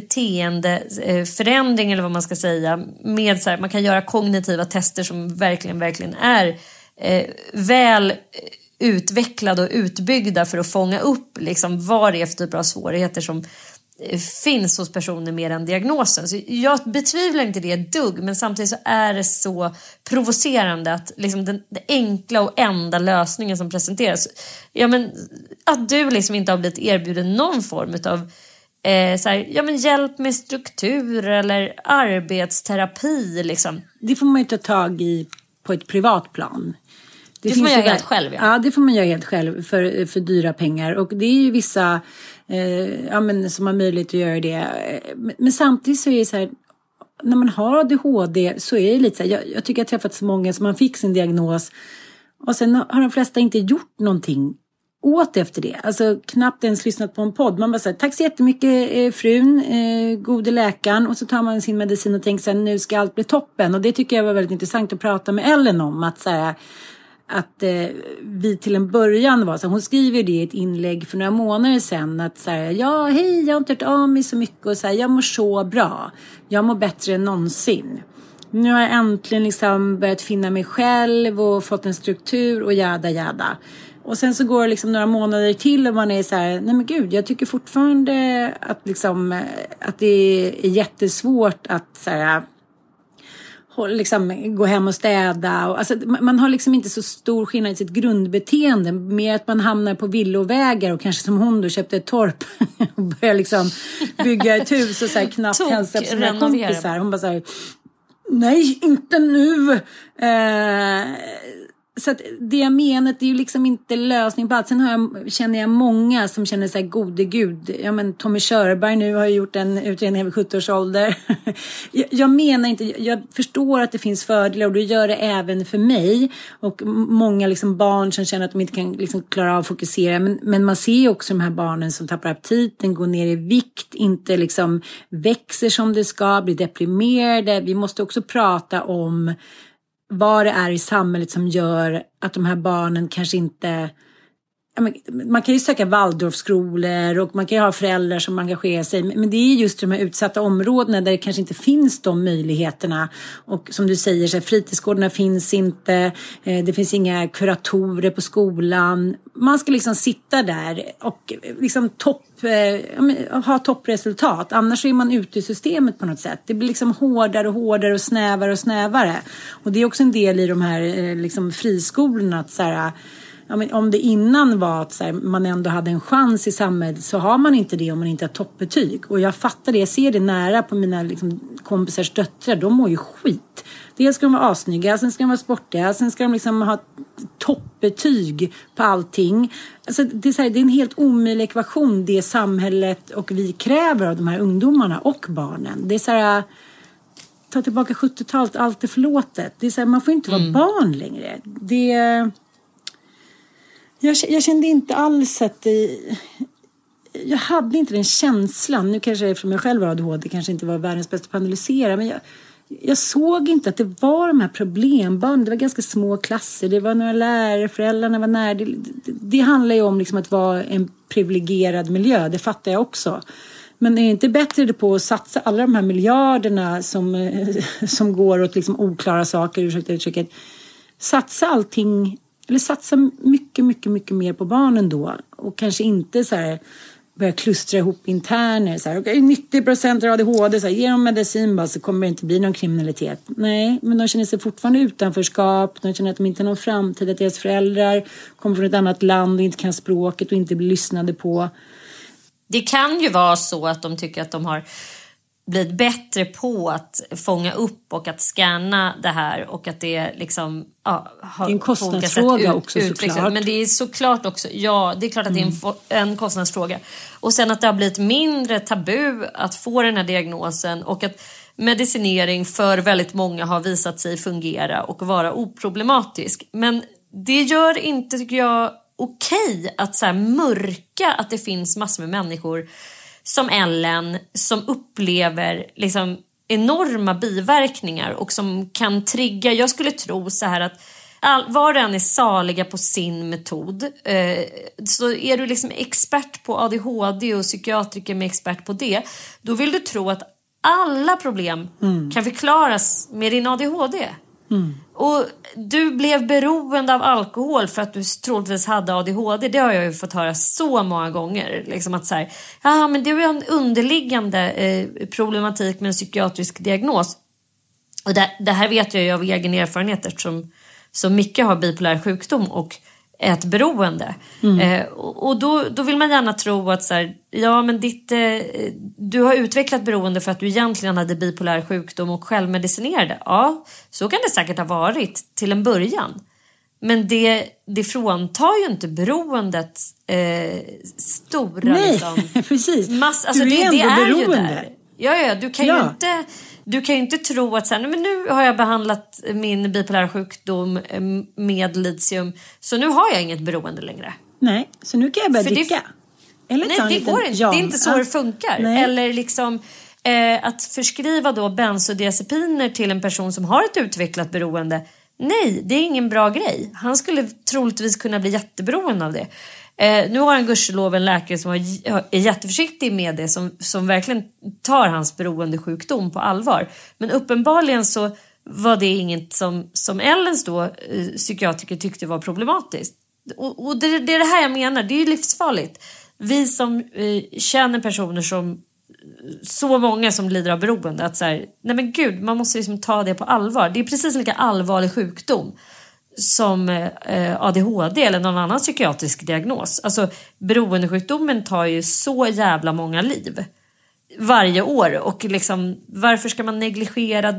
beteendeförändring eller vad man ska säga, med så här, man kan göra kognitiva tester som verkligen verkligen är eh, väl utvecklade och utbyggda för att fånga upp liksom vad det är för typer av svårigheter som eh, finns hos personer med den diagnosen. Så jag betvivlar inte det ett dugg, men samtidigt så är det så provocerande att liksom den, den enkla och enda lösningen som presenteras, ja men att du liksom inte har blivit erbjuden någon form av Eh, så här, ja, men hjälp med struktur eller arbetsterapi liksom. Det får man ju ta tag i på ett privat plan. Det, det får man göra helt själv. Ja. ja, det får man göra helt själv för, för dyra pengar. Och det är ju vissa eh, ja, men, som har möjlighet att göra det. Men, men samtidigt så är det så här, när man har A D H D så är det lite så här, jag, jag tycker jag har träffat så många som man fick sin diagnos och sen har de flesta inte gjort någonting åt efter det. Alltså knappt ens lyssnat på en podd. Man bara säger tack så jättemycket eh, frun, eh, gode läkaren, och så tar man sin medicin och tänker så här, nu ska allt bli toppen. Och det tycker jag var väldigt intressant att prata med Ellen om, att så här, att eh, vi till en början var så här, hon skriver det i ett inlägg för några månader sedan, att så här, ja hej, jag har inte hört av mig så mycket och så här, jag mår så bra. Jag mår bättre än någonsin. Nu har jag äntligen liksom börjat finna mig själv och fått en struktur och jada jada. Och sen så går det liksom några månader till och man är så här, nej men gud, jag tycker fortfarande att liksom, att det är jättesvårt att så här, liksom gå hem och städa. Och, alltså, man har liksom inte så stor skillnad i sitt grundbeteende, mer att man hamnar på villovägar och kanske som hon då köpte ett torp och börjar liksom bygga ett hus och så här knappt hälsa på sina kompisar. Hon bara så här, nej, inte nu. Eh, Så att det jag menar, det är ju liksom inte lösning på allt. Sen har jag, känner jag många som känner sig gode gud. Ja, men Tommy Körberg nu har gjort en utredning över sjuttio års ålder. jag, jag menar inte, jag förstår att det finns fördelar och det gör det även för mig. Och många liksom barn som känner att de inte kan liksom klara av att fokusera. Men, men man ser ju också de här barnen som tappar aptiten, går ner i vikt, inte liksom växer som det ska, blir deprimerade. Vi måste också prata om vad det är i samhället som gör att de här barnen kanske inte... Man kan ju söka Waldorfskolor och man kan ju ha föräldrar som engagerar sig. Men det är just de här utsatta områdena där det kanske inte finns de möjligheterna. Och som du säger, så här, fritidsgårdarna finns inte. Det finns inga kuratorer på skolan. Man ska liksom sitta där och liksom topp, ha toppresultat. Annars är man ute i systemet på något sätt. Det blir liksom hårdare och hårdare och snävare och snävare. Och det är också en del i de här liksom friskolorna att så här... Ja, men om det innan var att så här, man ändå hade en chans i samhället, så har man inte det om man inte har toppbetyg. Och jag fattar det, jag ser det nära på mina liksom, kompisars döttrar. De mår ju skit. Dels ska de vara asnygga, sen ska de vara sportiga, sen ska de liksom ha toppbetyg på allting. Alltså, det, är så här, det är en helt omöjlig ekvation, det samhället och vi kräver av de här ungdomarna och barnen. Det är så här... Ta tillbaka sjuttiotalet, allt är förlåtet. Det är så här, man får inte vara mm. barn längre. Det är... Jag, jag kände inte alls att det, jag hade inte den känslan. Nu kanske jag från mig själv var A D H D, kanske inte var världens bästa på att analysera. Men jag, jag såg inte att det var de här problembarn. Det var ganska små klasser. Det var några lärare, föräldrarna var nära. Det, det, det handlar ju om liksom att vara en privilegierad miljö. Det fattar jag också. Men är det inte bättre på att satsa alla de här miljarderna som, som går åt liksom oklara saker? Ursäkta uttrycket. Satsa allting... eller satsa mycket, mycket, mycket mer på barnen då. Och kanske inte så här börja klustra ihop interner. Så här, okay, nittio procent A D H D, så här, ge dem medicin bara så kommer det inte bli någon kriminalitet. Nej, men de känner sig fortfarande utanförskap. De känner att de inte har någon framtid, att deras föräldrar kommer från ett annat land och inte kan språket och inte blir lyssnade på. Det kan ju vara så att de tycker att de har blivit bättre på att fånga upp och att scanna det här och att det liksom ja, har det är en kostnadsfråga också såklart. Men det är såklart också, ja det är klart att mm. det är en, en kostnadsfråga. Och sen att det har blivit mindre tabu att få den här diagnosen och att medicinering för väldigt många har visat sig fungera och vara oproblematisk. Men det gör inte, tycker jag, okej att så här mörka att det finns massor med människor som Ellen som upplever liksom enorma biverkningar och som kan trigga, jag skulle tro så här att all, var den är saliga på sin metod eh, så är du liksom expert på A D H D och psykiatriker med expert på det, då vill du tro att alla problem mm. kan förklaras med din A D H D. Mm. Och du blev beroende av alkohol för att du troligtvis hade A D H D. Det har jag ju fått höra så många gånger liksom att så här, ja men det är en underliggande eh, problematik med en psykiatrisk diagnos. Och det, det här vet jag ju av egen erfarenhet eftersom så mycket har bipolär sjukdom och ett beroende. Mm. Eh, och och då, då vill man gärna tro att så här, ja men ditt, eh, du har utvecklat beroende för att du egentligen hade bipolär sjukdom och självmedicinerade. Ja, så kan det säkert ha varit till en början. Men det, det fråntar ju inte beroendet eh, stora... Nej, liksom, precis. Mass, alltså du är det, ändå det är beroende. Ju där. Ja, ja, du kan ja. ju inte... Du kan ju inte tro att så här, men nu har jag behandlat min bipolära sjukdom med litium, så nu har jag inget beroende längre. Nej, så nu kan jag börja För dricka. Det, Eller nej, det går inte. Ja. Det är inte så ah. det funkar. Nej. Eller liksom eh, att förskriva då bensodiazepiner till en person som har ett utvecklat beroende. Nej, det är ingen bra grej. Han skulle troligtvis kunna bli jätteberoende av det. Eh, nu har han gudskelov en läkare som har, är jätteförsiktig med det, som, som verkligen tar hans beroendesjukdom på allvar. Men uppenbarligen så var det inget som, som Ellens då, eh, psykiatriker tyckte var problematiskt. Och, och det, det är det här jag menar, det är ju livsfarligt. Vi som eh, känner personer som, så många som lider av beroende, att så här, nej men gud, man måste liksom ta det på allvar. Det är precis lika allvarlig sjukdom som eh, A D H D eller någon annan psykiatrisk diagnos. Alltså beroendesjukdomen tar ju så jävla många liv varje år, och liksom varför ska man negligera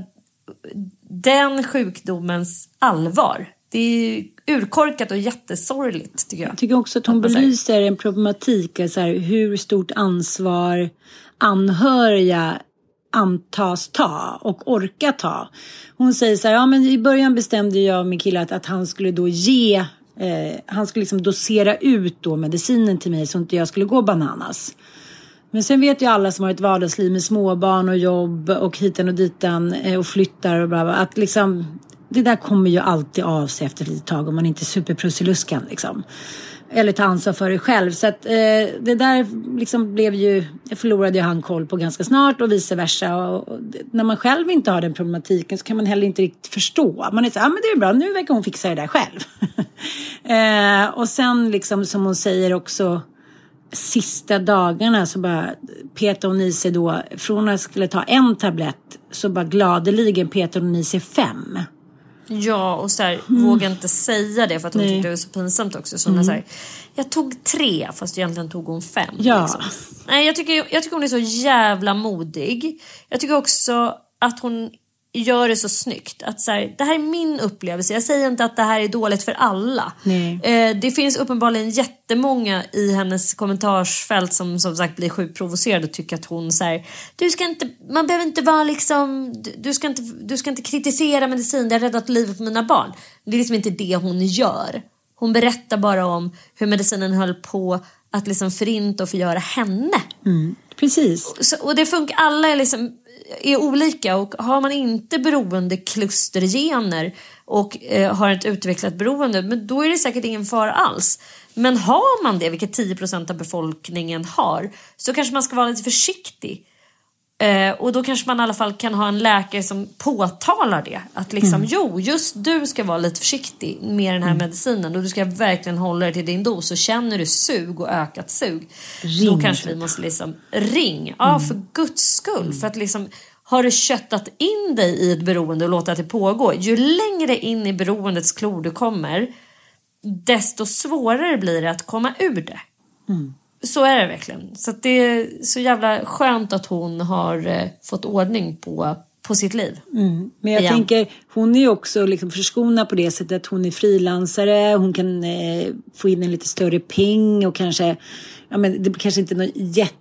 den sjukdomens allvar? Det är ju urkorkat och jättesorgligt, tycker jag. Jag tycker också att hon belyser en problematik, så här, hur stort ansvar anhöriga antas ta och orka ta. Hon säger så här, ja men i början bestämde jag med killen att, att han skulle då ge, eh, han skulle liksom dosera ut då medicinen till mig så att jag skulle gå bananas. Men sen vet ju alla som har ett vardagsliv med småbarn och jobb och hitan och ditan eh, och flyttar och bla bla, att liksom det där kommer ju alltid av sig efter ett litet tag om man inte är superprussiluskan liksom. Eller ta ansvar för det själv. Så att eh, det där liksom blev ju, förlorade jag han koll på ganska snart och vice versa. Och, och när man själv inte har den problematiken så kan man heller inte riktigt förstå. Man är så, ja ah, men det är bra, nu verkar hon fixa det där själv. eh, och sen liksom som hon säger också, sista dagarna så bara petar hon i sig då, från att skulle ta en tablett så bara gladeligen petar hon i sig fem. Ja, och så här, mm. vågar inte säga det för att hon Nej. tyckte det var så pinsamt också. Så mm. så här, jag tog tre, fast egentligen tog hon fem. Ja. Liksom. Nej, jag tycker, jag tycker hon är så jävla modig. Jag tycker också att hon gör det så snyggt. Att så här, det här är min upplevelse. Jag säger inte att det här är dåligt för alla. Eh, det finns uppenbarligen jättemånga i hennes kommentarsfält som som sagt blir sjukt provocerade och tycker att hon så här, du ska inte, man behöver inte vara liksom, du, du ska inte, du ska inte kritisera medicin. Det har räddat livet på mina barn. Det är liksom inte det hon gör. Hon berättar bara om hur medicinen höll på att liksom förinta och förgöra henne. Mm, precis. Så, och det funkar, alla är liksom är olika, och har man inte beroende klustergener och eh, har ett utvecklat beroende, men då är det säkert ingen fara alls. Men har man det, vilket tio procent av befolkningen har, så kanske man ska vara lite försiktig Eh, och då kanske man i alla fall kan ha en läkare som påtalar det. Att liksom, mm. jo, just du ska vara lite försiktig med den här mm. medicinen. Och du ska verkligen hålla dig till din dos. Och känner du sug och ökat sug, ring, då kanske vi måste liksom ring. Ja, mm. för Guds skull. Mm. För att liksom, har du köttat in dig i ett beroende och låtit det pågå, ju längre in i beroendets klor du kommer, desto svårare blir det att komma ur det. Mm. Så är det verkligen. Så att det är så jävla skönt att hon har eh, fått ordning på, på sitt liv. Mm. Men jag igen. tänker, hon är ju också liksom förskonad på det sättet att hon är frilansare. Hon kan eh, få in en lite större peng och kanske, ja men det kanske inte är något jätte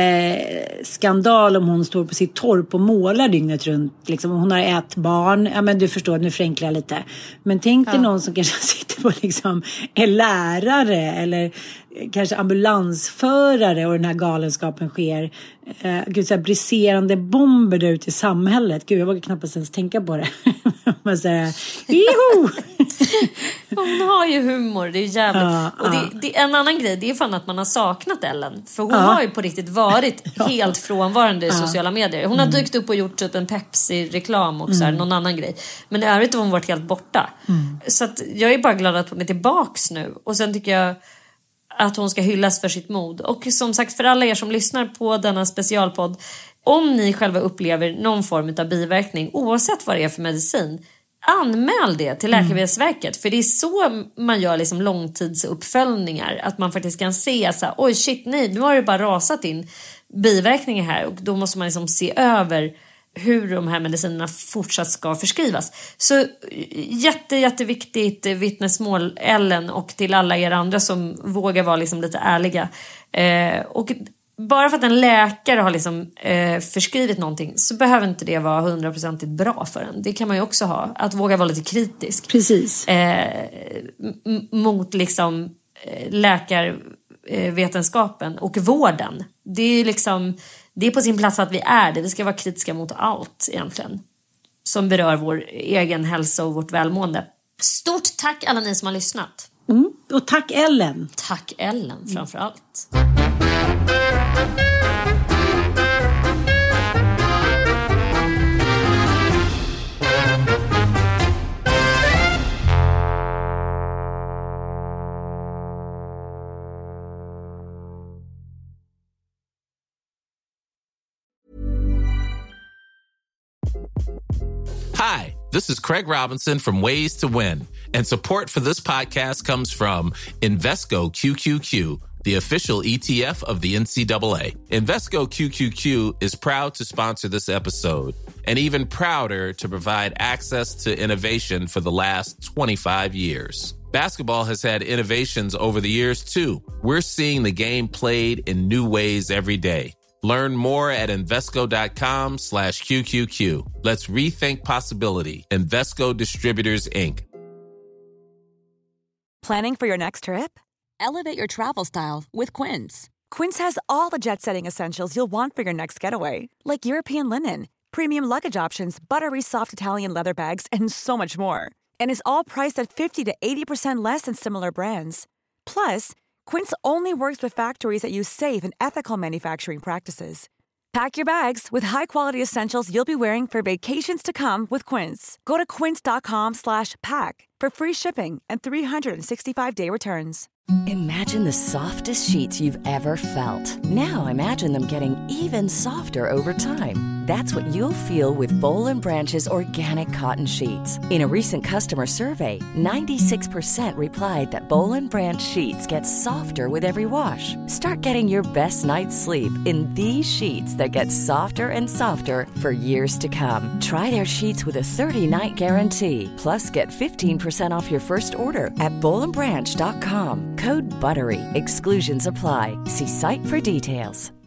skandal om hon står på sitt torp och målar dygnet runt. Liksom, hon har ett barn. Ja, men du förstår, nu förenklar jag lite. Men tänk dig ja. någon som kanske sitter på liksom en lärare eller kanske ambulansförare och den här galenskapen sker. Eh, gud, så här briserande bomber där ute i samhället. Gud, jag vågar knappast ens tänka på det. Man säger, joho! Hon har ju humor, det är jävligt. Ja, och det, ja. det är en annan grej, det är fan att man har saknat Ellen. För hon ja. har ju på riktigt varit ja. helt frånvarande i ja. sociala medier. Hon har mm. dykt upp och gjort typ en Pepsi-reklam och så här, mm. någon annan grej. Men i övrigt har hon varit helt borta. Mm. Så att jag är bara glad att hon är tillbaks nu. Och sen tycker jag att hon ska hyllas för sitt mod. Och som sagt, för alla er som lyssnar på denna specialpodd, om ni själva upplever någon form av biverkning, oavsett vad det är för medicin, anmäl det till Läkemedelsverket. Mm. För det är så man gör liksom långtidsuppföljningar. Att man faktiskt kan se så här, oj shit, nej, nu har det bara rasat in biverkningar här. Och då måste man liksom se över hur de här medicinerna fortsatt ska förskrivas. Så jätte, jätteviktigt vittnesmål, Ellen, och till alla er andra som vågar vara liksom lite ärliga. Eh, och bara för att en läkare har liksom, eh, förskrivit någonting, så behöver inte det vara hundraprocentigt bra för en. Det kan man ju också ha. Att våga vara lite kritisk. Precis. Eh, m- mot liksom eh, läkarvetenskapen och vården. Det är liksom... Det är på sin plats att vi är det. Vi ska vara kritiska mot allt egentligen som berör vår egen hälsa och vårt välmående. Stort tack alla ni som har lyssnat. Mm. Och tack Ellen. Tack Ellen framför allt. Hi, this is Craig Robinson from Ways to Win, and support for this podcast comes from Invesco Q Q Q, the official E T F of the N C double A. Invesco Q Q Q is proud to sponsor this episode, and even prouder to provide access to innovation for the last twenty-five years. Basketball has had innovations over the years, too. We're seeing the game played in new ways every day. Learn more at Invesco.com slash QQQ. Let's rethink possibility. Invesco Distributors, Incorporated. Planning for your next trip? Elevate your travel style with Quince. Quince has all the jet-setting essentials you'll want for your next getaway, like European linen, premium luggage options, buttery soft Italian leather bags, and so much more. And is all priced at fifty to eighty percent less than similar brands. Plus, Quince only works with factories that use safe and ethical manufacturing practices. Pack your bags with high-quality essentials you'll be wearing for vacations to come with Quince. Go to quince.com slash pack for free shipping and three sixty-five day returns. Imagine the softest sheets you've ever felt. Now imagine them getting even softer over time. That's what you'll feel with Boll and Branch's organic cotton sheets. In a recent customer survey, ninety-six percent replied that Boll and Branch sheets get softer with every wash. Start getting your best night's sleep in these sheets that get softer and softer for years to come. Try their sheets with a thirty-night guarantee. Plus, get fifteen percent off your first order at boll and branch dot com. Code BUTTERY. Exclusions apply. See site for details.